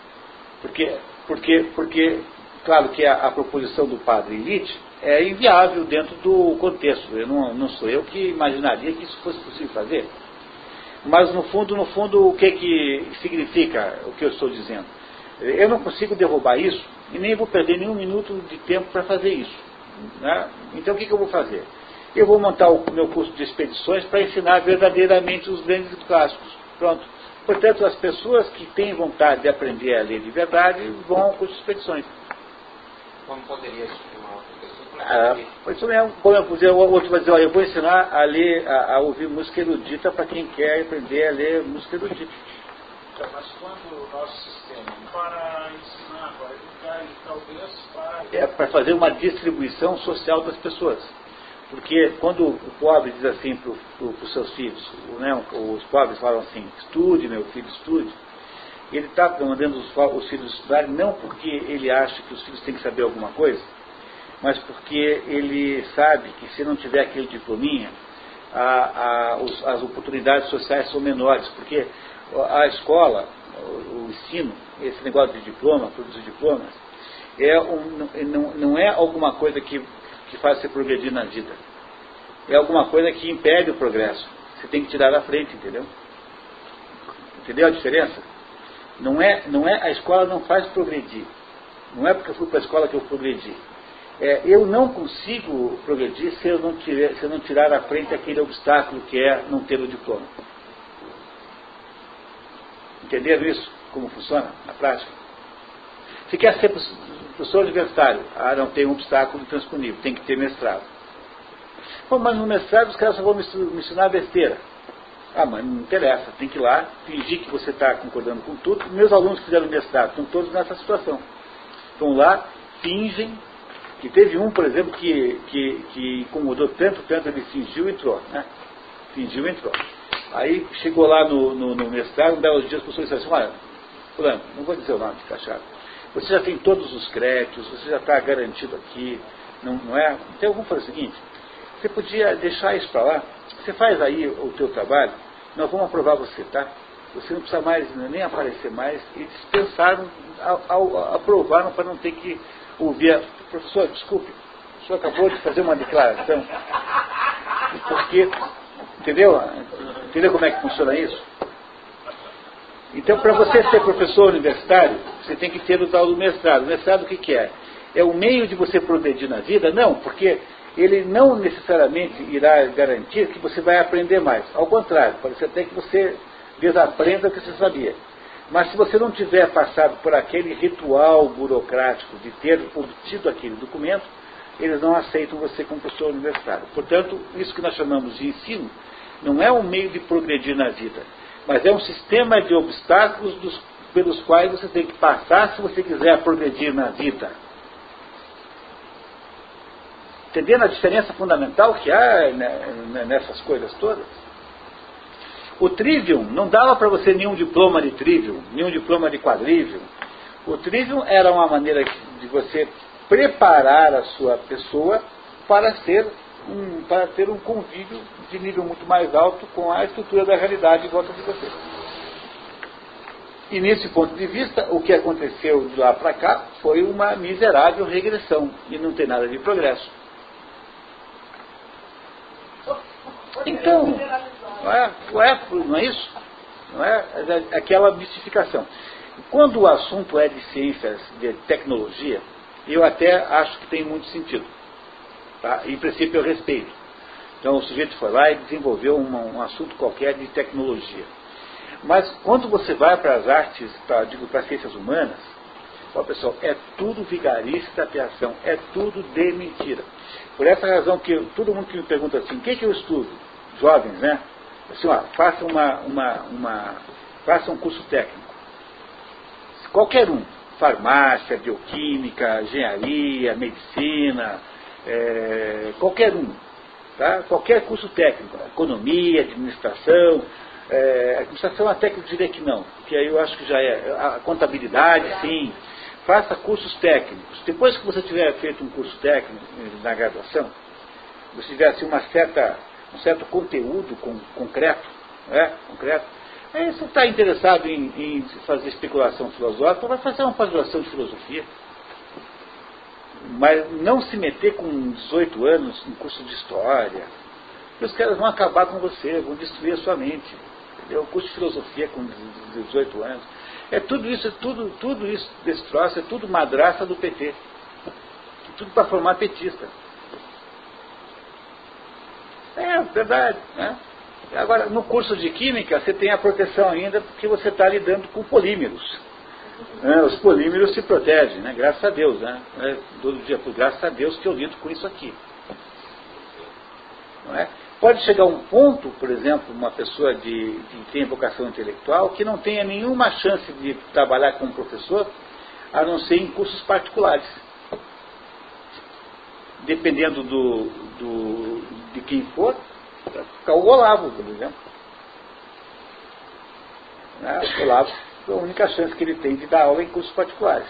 Porque claro que a proposição do padre Illich é inviável dentro do contexto. Não sou eu que imaginaria que isso fosse possível fazer. Mas no fundo, o que significa o que eu estou dizendo? Eu não consigo derrubar isso e nem vou perder nenhum minuto de tempo para fazer isso, né? Então o que eu vou fazer? Eu vou montar o meu curso de expedições para ensinar verdadeiramente os grandes clássicos. Pronto. Portanto, as pessoas que têm vontade de aprender a ler de verdade vão ao curso de expedições. Como poderia estimar outra pessoa? Isso mesmo. Como o outro vai dizer, olha, eu vou ensinar a ler, a ouvir música erudita para quem quer aprender a ler música erudita. Então, mas quando o nosso sistema para ensinar, para educar e talvez para... É para fazer uma distribuição social das pessoas. Porque quando o pobre diz assim para os seus filhos, né, os pobres falam assim, estude, meu filho, estude. Ele está mandando os filhos estudarem não porque ele acha que os filhos têm que saber alguma coisa, mas porque ele sabe que se não tiver aquele diplominha, as oportunidades sociais são menores, porque a escola, o ensino, esse negócio de diploma, produzir diplomas, não é alguma coisa que faz você progredir na vida. É alguma coisa que impede o progresso. Você tem que tirar da frente, entendeu? Entendeu a diferença? Não é a escola não faz progredir. Não é porque eu fui para a escola que eu progredi. Eu não consigo progredir se eu não tirar da frente aquele obstáculo que é não ter o diploma. Entenderam isso? Como funciona na prática? Se quer ser professor universitário, não tem um obstáculo intransponível, tem que ter mestrado. Bom, mas no mestrado os caras só vão me ensinar besteira. Mas não interessa, tem que ir lá, fingir que você está concordando com tudo. Meus alunos que fizeram mestrado estão todos nessa situação. Vão lá, fingem, que teve um, por exemplo, que incomodou tanto, ele fingiu e entrou, né? Fingiu e entrou. Aí chegou lá no mestrado, um belos dias, o professor disse assim, olha, fulano, não vou dizer o nome de cachado, você já tem todos os créditos, você já está garantido aqui, não é? Então vamos fazer o seguinte, você podia deixar isso para lá, você faz aí o teu trabalho, nós vamos aprovar você, tá? Você não precisa mais nem aparecer mais, e dispensaram, aprovaram para não ter que ouvir, professor, desculpe, o senhor acabou de fazer uma declaração, porque, entendeu como é que funciona isso? Então, para você ser professor universitário, você tem que ter o tal do mestrado. O mestrado o que é? É o meio de você progredir na vida? Não, porque ele não necessariamente irá garantir que você vai aprender mais. Ao contrário, pode ser até que você desaprenda o que você sabia. Mas se você não tiver passado por aquele ritual burocrático de ter obtido aquele documento, eles não aceitam você como professor universitário. Portanto, isso que nós chamamos de ensino não é um meio de progredir na vida, mas é um sistema de obstáculos pelos quais você tem que passar se você quiser progredir na vida. Entendendo a diferença fundamental que há nessas coisas todas? O trivium não dava para você nenhum diploma de trivium, nenhum diploma de quadrivium. O trivium era uma maneira de você preparar a sua pessoa para ter um convívio de nível muito mais alto com a estrutura da realidade em volta de você. E nesse ponto de vista, o que aconteceu de lá para cá foi uma miserável regressão e não tem nada de progresso. Então, não é isso? Não é aquela mistificação. Quando o assunto é de ciências, de tecnologia, eu até acho que tem muito sentido. Tá? Em princípio eu respeito. Então o sujeito foi lá e desenvolveu um assunto qualquer de tecnologia. Mas quando você vai para as artes, para as ciências humanas, pessoal, é tudo vigarice da criação, é tudo de mentira. Por essa razão que todo mundo que me pergunta assim, o que eu estudo? Jovens, né? Assim, faça faça um curso técnico. Qualquer um. farmácia, bioquímica, engenharia, medicina, qualquer um, tá? Qualquer curso técnico, economia, administração, administração até que eu diria que não, porque aí eu acho que já a contabilidade, sim. Faça cursos técnicos. Depois que você tiver feito um curso técnico na graduação, você tiver assim, um certo conteúdo concreto, aí você está interessado em fazer especulação filosófica, vai fazer uma pós-graduação de filosofia. Mas não se meter com 18 anos em curso de história. Os caras vão acabar com você, vão destruir a sua mente. Entendeu? O curso de filosofia com 18 anos. Tudo isso desse troço, é tudo madraça do PT. Tudo para formar petista. Verdade, né? Agora, no curso de Química, você tem a proteção ainda porque você está lidando com polímeros. Os polímeros se protegem, né? Graças a Deus, né? Todo dia, graças a Deus que eu lido com isso aqui. Não é? Pode chegar um ponto, por exemplo, uma pessoa que tem vocação intelectual, que não tenha nenhuma chance de trabalhar como professor, a não ser em cursos particulares. Dependendo de quem for, ficar o Olavo, por exemplo. O Olavo é a única chance que ele tem de dar aula em cursos particulares.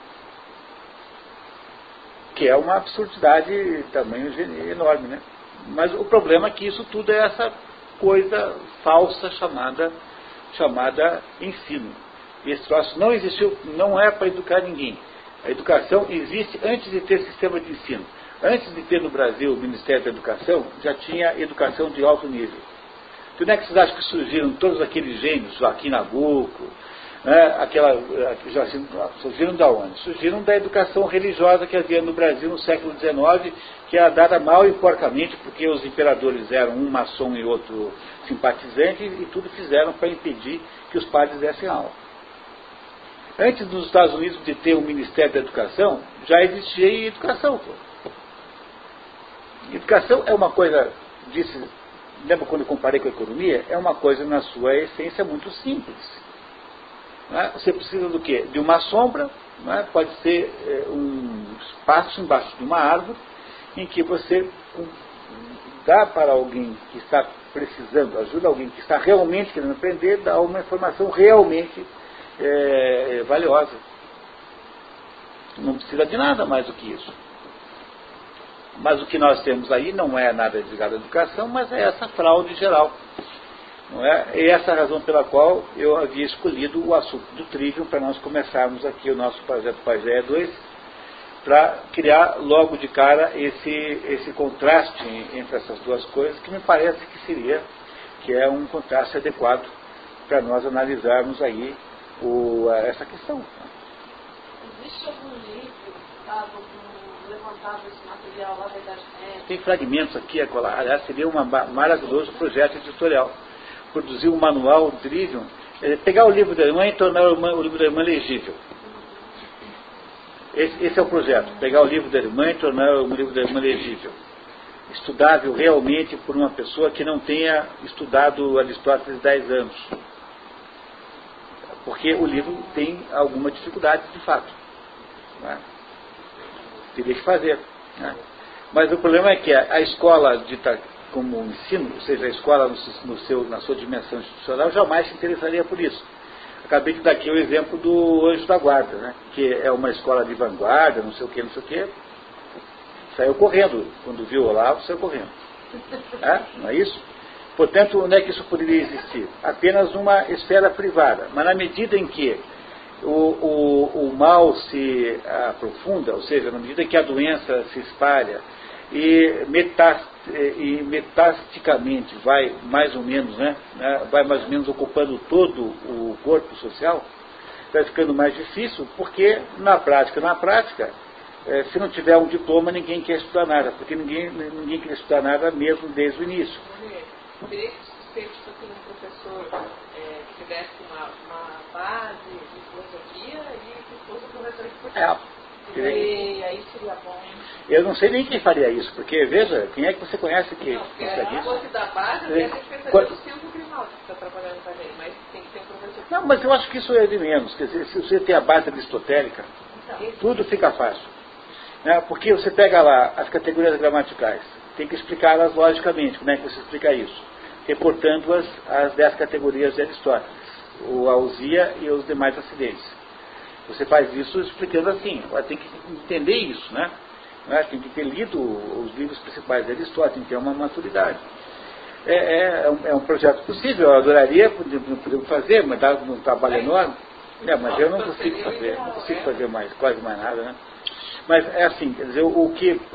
Que é uma absurdidade de tamanho enorme, né? Mas o problema é que isso tudo é essa coisa falsa chamada ensino. E esse troço não existiu, não é para educar ninguém. A educação existe antes de ter sistema de ensino. Antes de ter no Brasil o Ministério da Educação, já tinha educação de alto nível. Então, não é que vocês acham que surgiram todos aqueles gênios, Joaquim Nabuco, né, surgiram da onde? Surgiram da educação religiosa que havia no Brasil no século XIX, que era dada mal e porcamente, porque os imperadores eram um maçom e outro simpatizante, e tudo fizeram para impedir que os padres dessem aula. Antes dos Estados Unidos de ter um Ministério da Educação, já existia educação. Educação é uma coisa, lembra quando eu comparei com a economia? É uma coisa, na sua essência, muito simples. Você precisa do quê? De uma sombra, pode ser um espaço embaixo de uma árvore, em que você dá para alguém que está precisando, ajuda alguém que está realmente querendo aprender, dá uma informação realmente valiosa. Não precisa de nada mais do que isso. Mas o que nós temos aí não é nada ligado à educação, mas é essa fraude geral. Não é? E essa é a razão pela qual eu havia escolhido o assunto do Trivium para nós começarmos aqui o nosso projeto Paideia 2, para criar logo de cara esse contraste entre essas duas coisas, que me parece que é um contraste adequado para nós analisarmos aí essa questão. Existe algum livro, levantado esse material lá da Idade Média? Tem fragmentos aqui, aliás, seria um maravilhoso projeto editorial. Produzir um manual Trivium, pegar o livro da irmã e tornar o livro da irmã legível. Esse é o projeto, pegar o livro da irmã e tornar o livro da irmã legível. Estudável realmente por uma pessoa que não tenha estudado Aristóteles 10 anos. Porque o livro tem alguma dificuldade de fato. Não é? Teria que fazer. Né? Mas o problema é que a escola dita como ensino, ou seja, a escola na sua dimensão institucional, jamais se interessaria por isso. Acabei de dar aqui o exemplo do Anjo da Guarda, né? Que é uma escola de vanguarda, não sei o que. Saiu correndo, quando viu o Olavo, saiu correndo. Não é isso? Portanto, onde é que isso poderia existir? Apenas numa esfera privada. Mas na medida em que o mal se aprofunda, ou seja, na medida que a doença se espalha e metasticamente vai mais ou menos, vai mais ou menos ocupando todo o corpo social, vai ficando mais difícil, porque na prática, se não tiver um diploma, ninguém quer estudar nada, porque ninguém quer estudar nada mesmo desde o início. Teria que ser tipo assim, um professor que tivesse uma base de filosofia e que fosse um professor de português. E aí seria bom. Eu não sei nem quem faria isso, porque veja, quem é que você conhece que consegue isso? Se fosse da base, ia ser especialista do centro privado. profissional que está trabalhando também, mas tem que ter um professor. Não, mas eu acho que isso é de menos. Quer dizer, se você tem a base aristotélica, tudo fica fácil. Né? Porque você pega lá as categorias gramaticais, tem que explicá-las logicamente. Como é que você explica isso? Reportando-as às 10 categorias de Aristóteles, o ausia e os demais acidentes. Você faz isso explicando assim. Agora tem que entender isso, né? Tem que ter lido os livros principais de Aristóteles, tem que ter uma maturidade. É um projeto possível, eu adoraria, podemos fazer, mas dá um trabalho enorme. Mas eu não consigo fazer quase mais nada, né? Mas é assim, quer dizer, o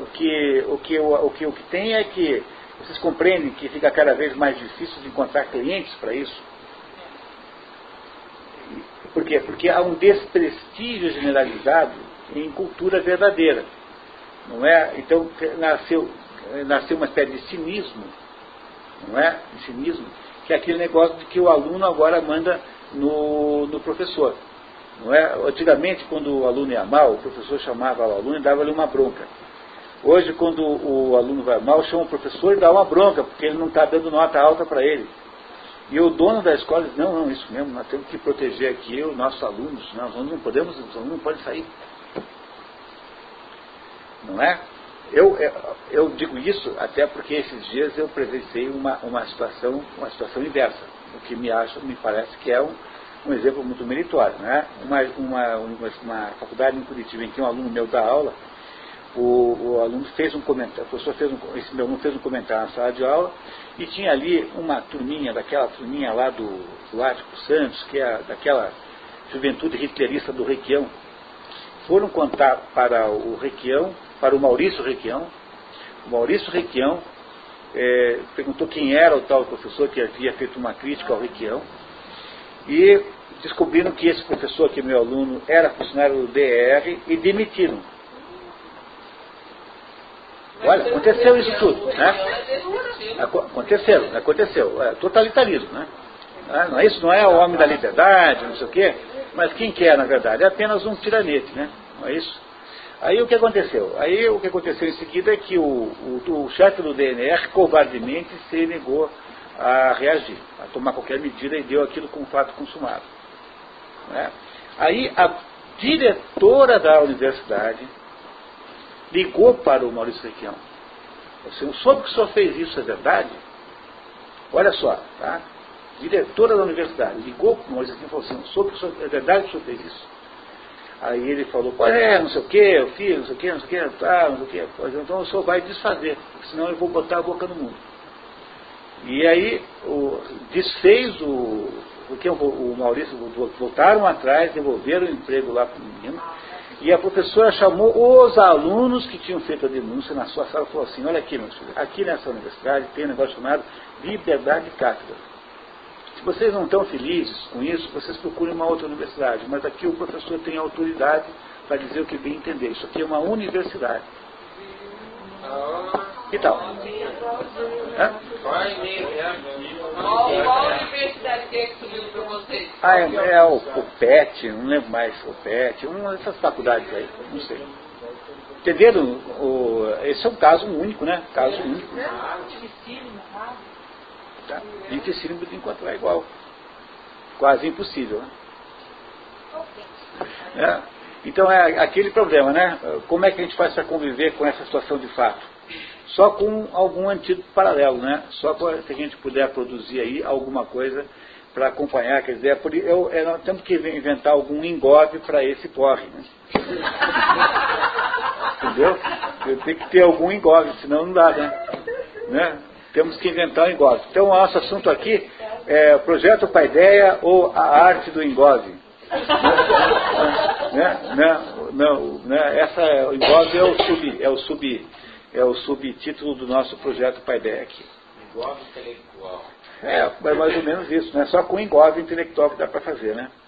que tem é que vocês compreendem que fica cada vez mais difícil de encontrar clientes para isso. Por quê? Porque há um desprestígio generalizado em cultura verdadeira. Não é? Então nasceu uma espécie de cinismo, não é? Cinismo, que é aquele negócio de que o aluno agora manda no professor. Não é? Antigamente, quando o aluno ia mal, o professor chamava o aluno e dava-lhe uma bronca. Hoje, quando o aluno vai mal, chama o professor e dá uma bronca, porque ele não está dando nota alta para ele. E o dono da escola diz, não, isso mesmo, nós temos que proteger aqui os nossos alunos, nós não podemos, os alunos não podem sair. Não é? Eu digo isso até porque esses dias eu presenciei uma situação inversa, o que me parece que é um exemplo muito meritório. Né? Uma faculdade em Curitiba em que um aluno meu dá aula, o aluno fez um comentário, esse meu aluno fez um comentário na sala de aula e tinha ali uma turminha, daquela turminha lá do Ático Santos, que é daquela juventude hitlerista do Requião. Foram contar para o Requião, para o Maurício Requião. O Maurício Requião perguntou quem era o tal professor que havia feito uma crítica ao Requião e descobriram que esse professor, que é meu aluno, era funcionário do DR e demitiram. Olha, aconteceu isso tudo, né? Aconteceu. Totalitarismo, né? Não é isso, não é o homem da liberdade, não sei o quê, mas quem que é, na verdade? É apenas um tiranete, né? Não é isso? Aí o que aconteceu? O que aconteceu em seguida é que o chefe do DNR covardemente se negou a reagir, a tomar qualquer medida e deu aquilo como fato consumado. Né? Aí a diretora da universidade ligou para o Maurício Requião. Você não soube que o senhor fez isso, é verdade? Olha só, tá? Diretora da universidade ligou para o Maurício Requião e falou assim, não soube que é verdade que o senhor fez isso. Aí ele falou, não sei o que, eu fiz, não sei o que, não sei o que, tá, não sei o que, então o senhor vai desfazer, senão eu vou botar a boca no mundo. E aí desfez porque o Maurício voltaram atrás, devolveram o emprego lá para o menino, e a professora chamou os alunos que tinham feito a denúncia na sua sala e falou assim, olha aqui, meus filhos, aqui nessa universidade tem um negócio chamado liberdade de cátedra. Se vocês não estão felizes com isso, vocês procurem uma outra universidade, mas aqui o professor tem autoridade para dizer o que bem entender. Isso aqui é uma universidade. Que tal? Qual universidade que é que subiu para vocês? É o PET, não lembro mais, o PET, uma dessas faculdades aí, não sei. Entenderam? Esse é um caso único, né? Caso único. Tá? Dificílimo de encontrar igual. Quase impossível. Né? Então é aquele problema, né? Como é que a gente faz para conviver com essa situação de fato? Só com algum antídoto paralelo, né? Só se a gente puder produzir aí alguma coisa para acompanhar, quer dizer, nós temos que inventar algum engove para esse porre, né? Entendeu? Tem que ter algum engove, senão não dá, né? Temos que inventar um engove. Então o nosso assunto aqui é o projeto Paideia ou a arte do engove. O engove é o subtítulo do nosso projeto Paideia aqui. Engove intelectual. É mais ou menos isso, né? Só com engove intelectual que dá para fazer, né?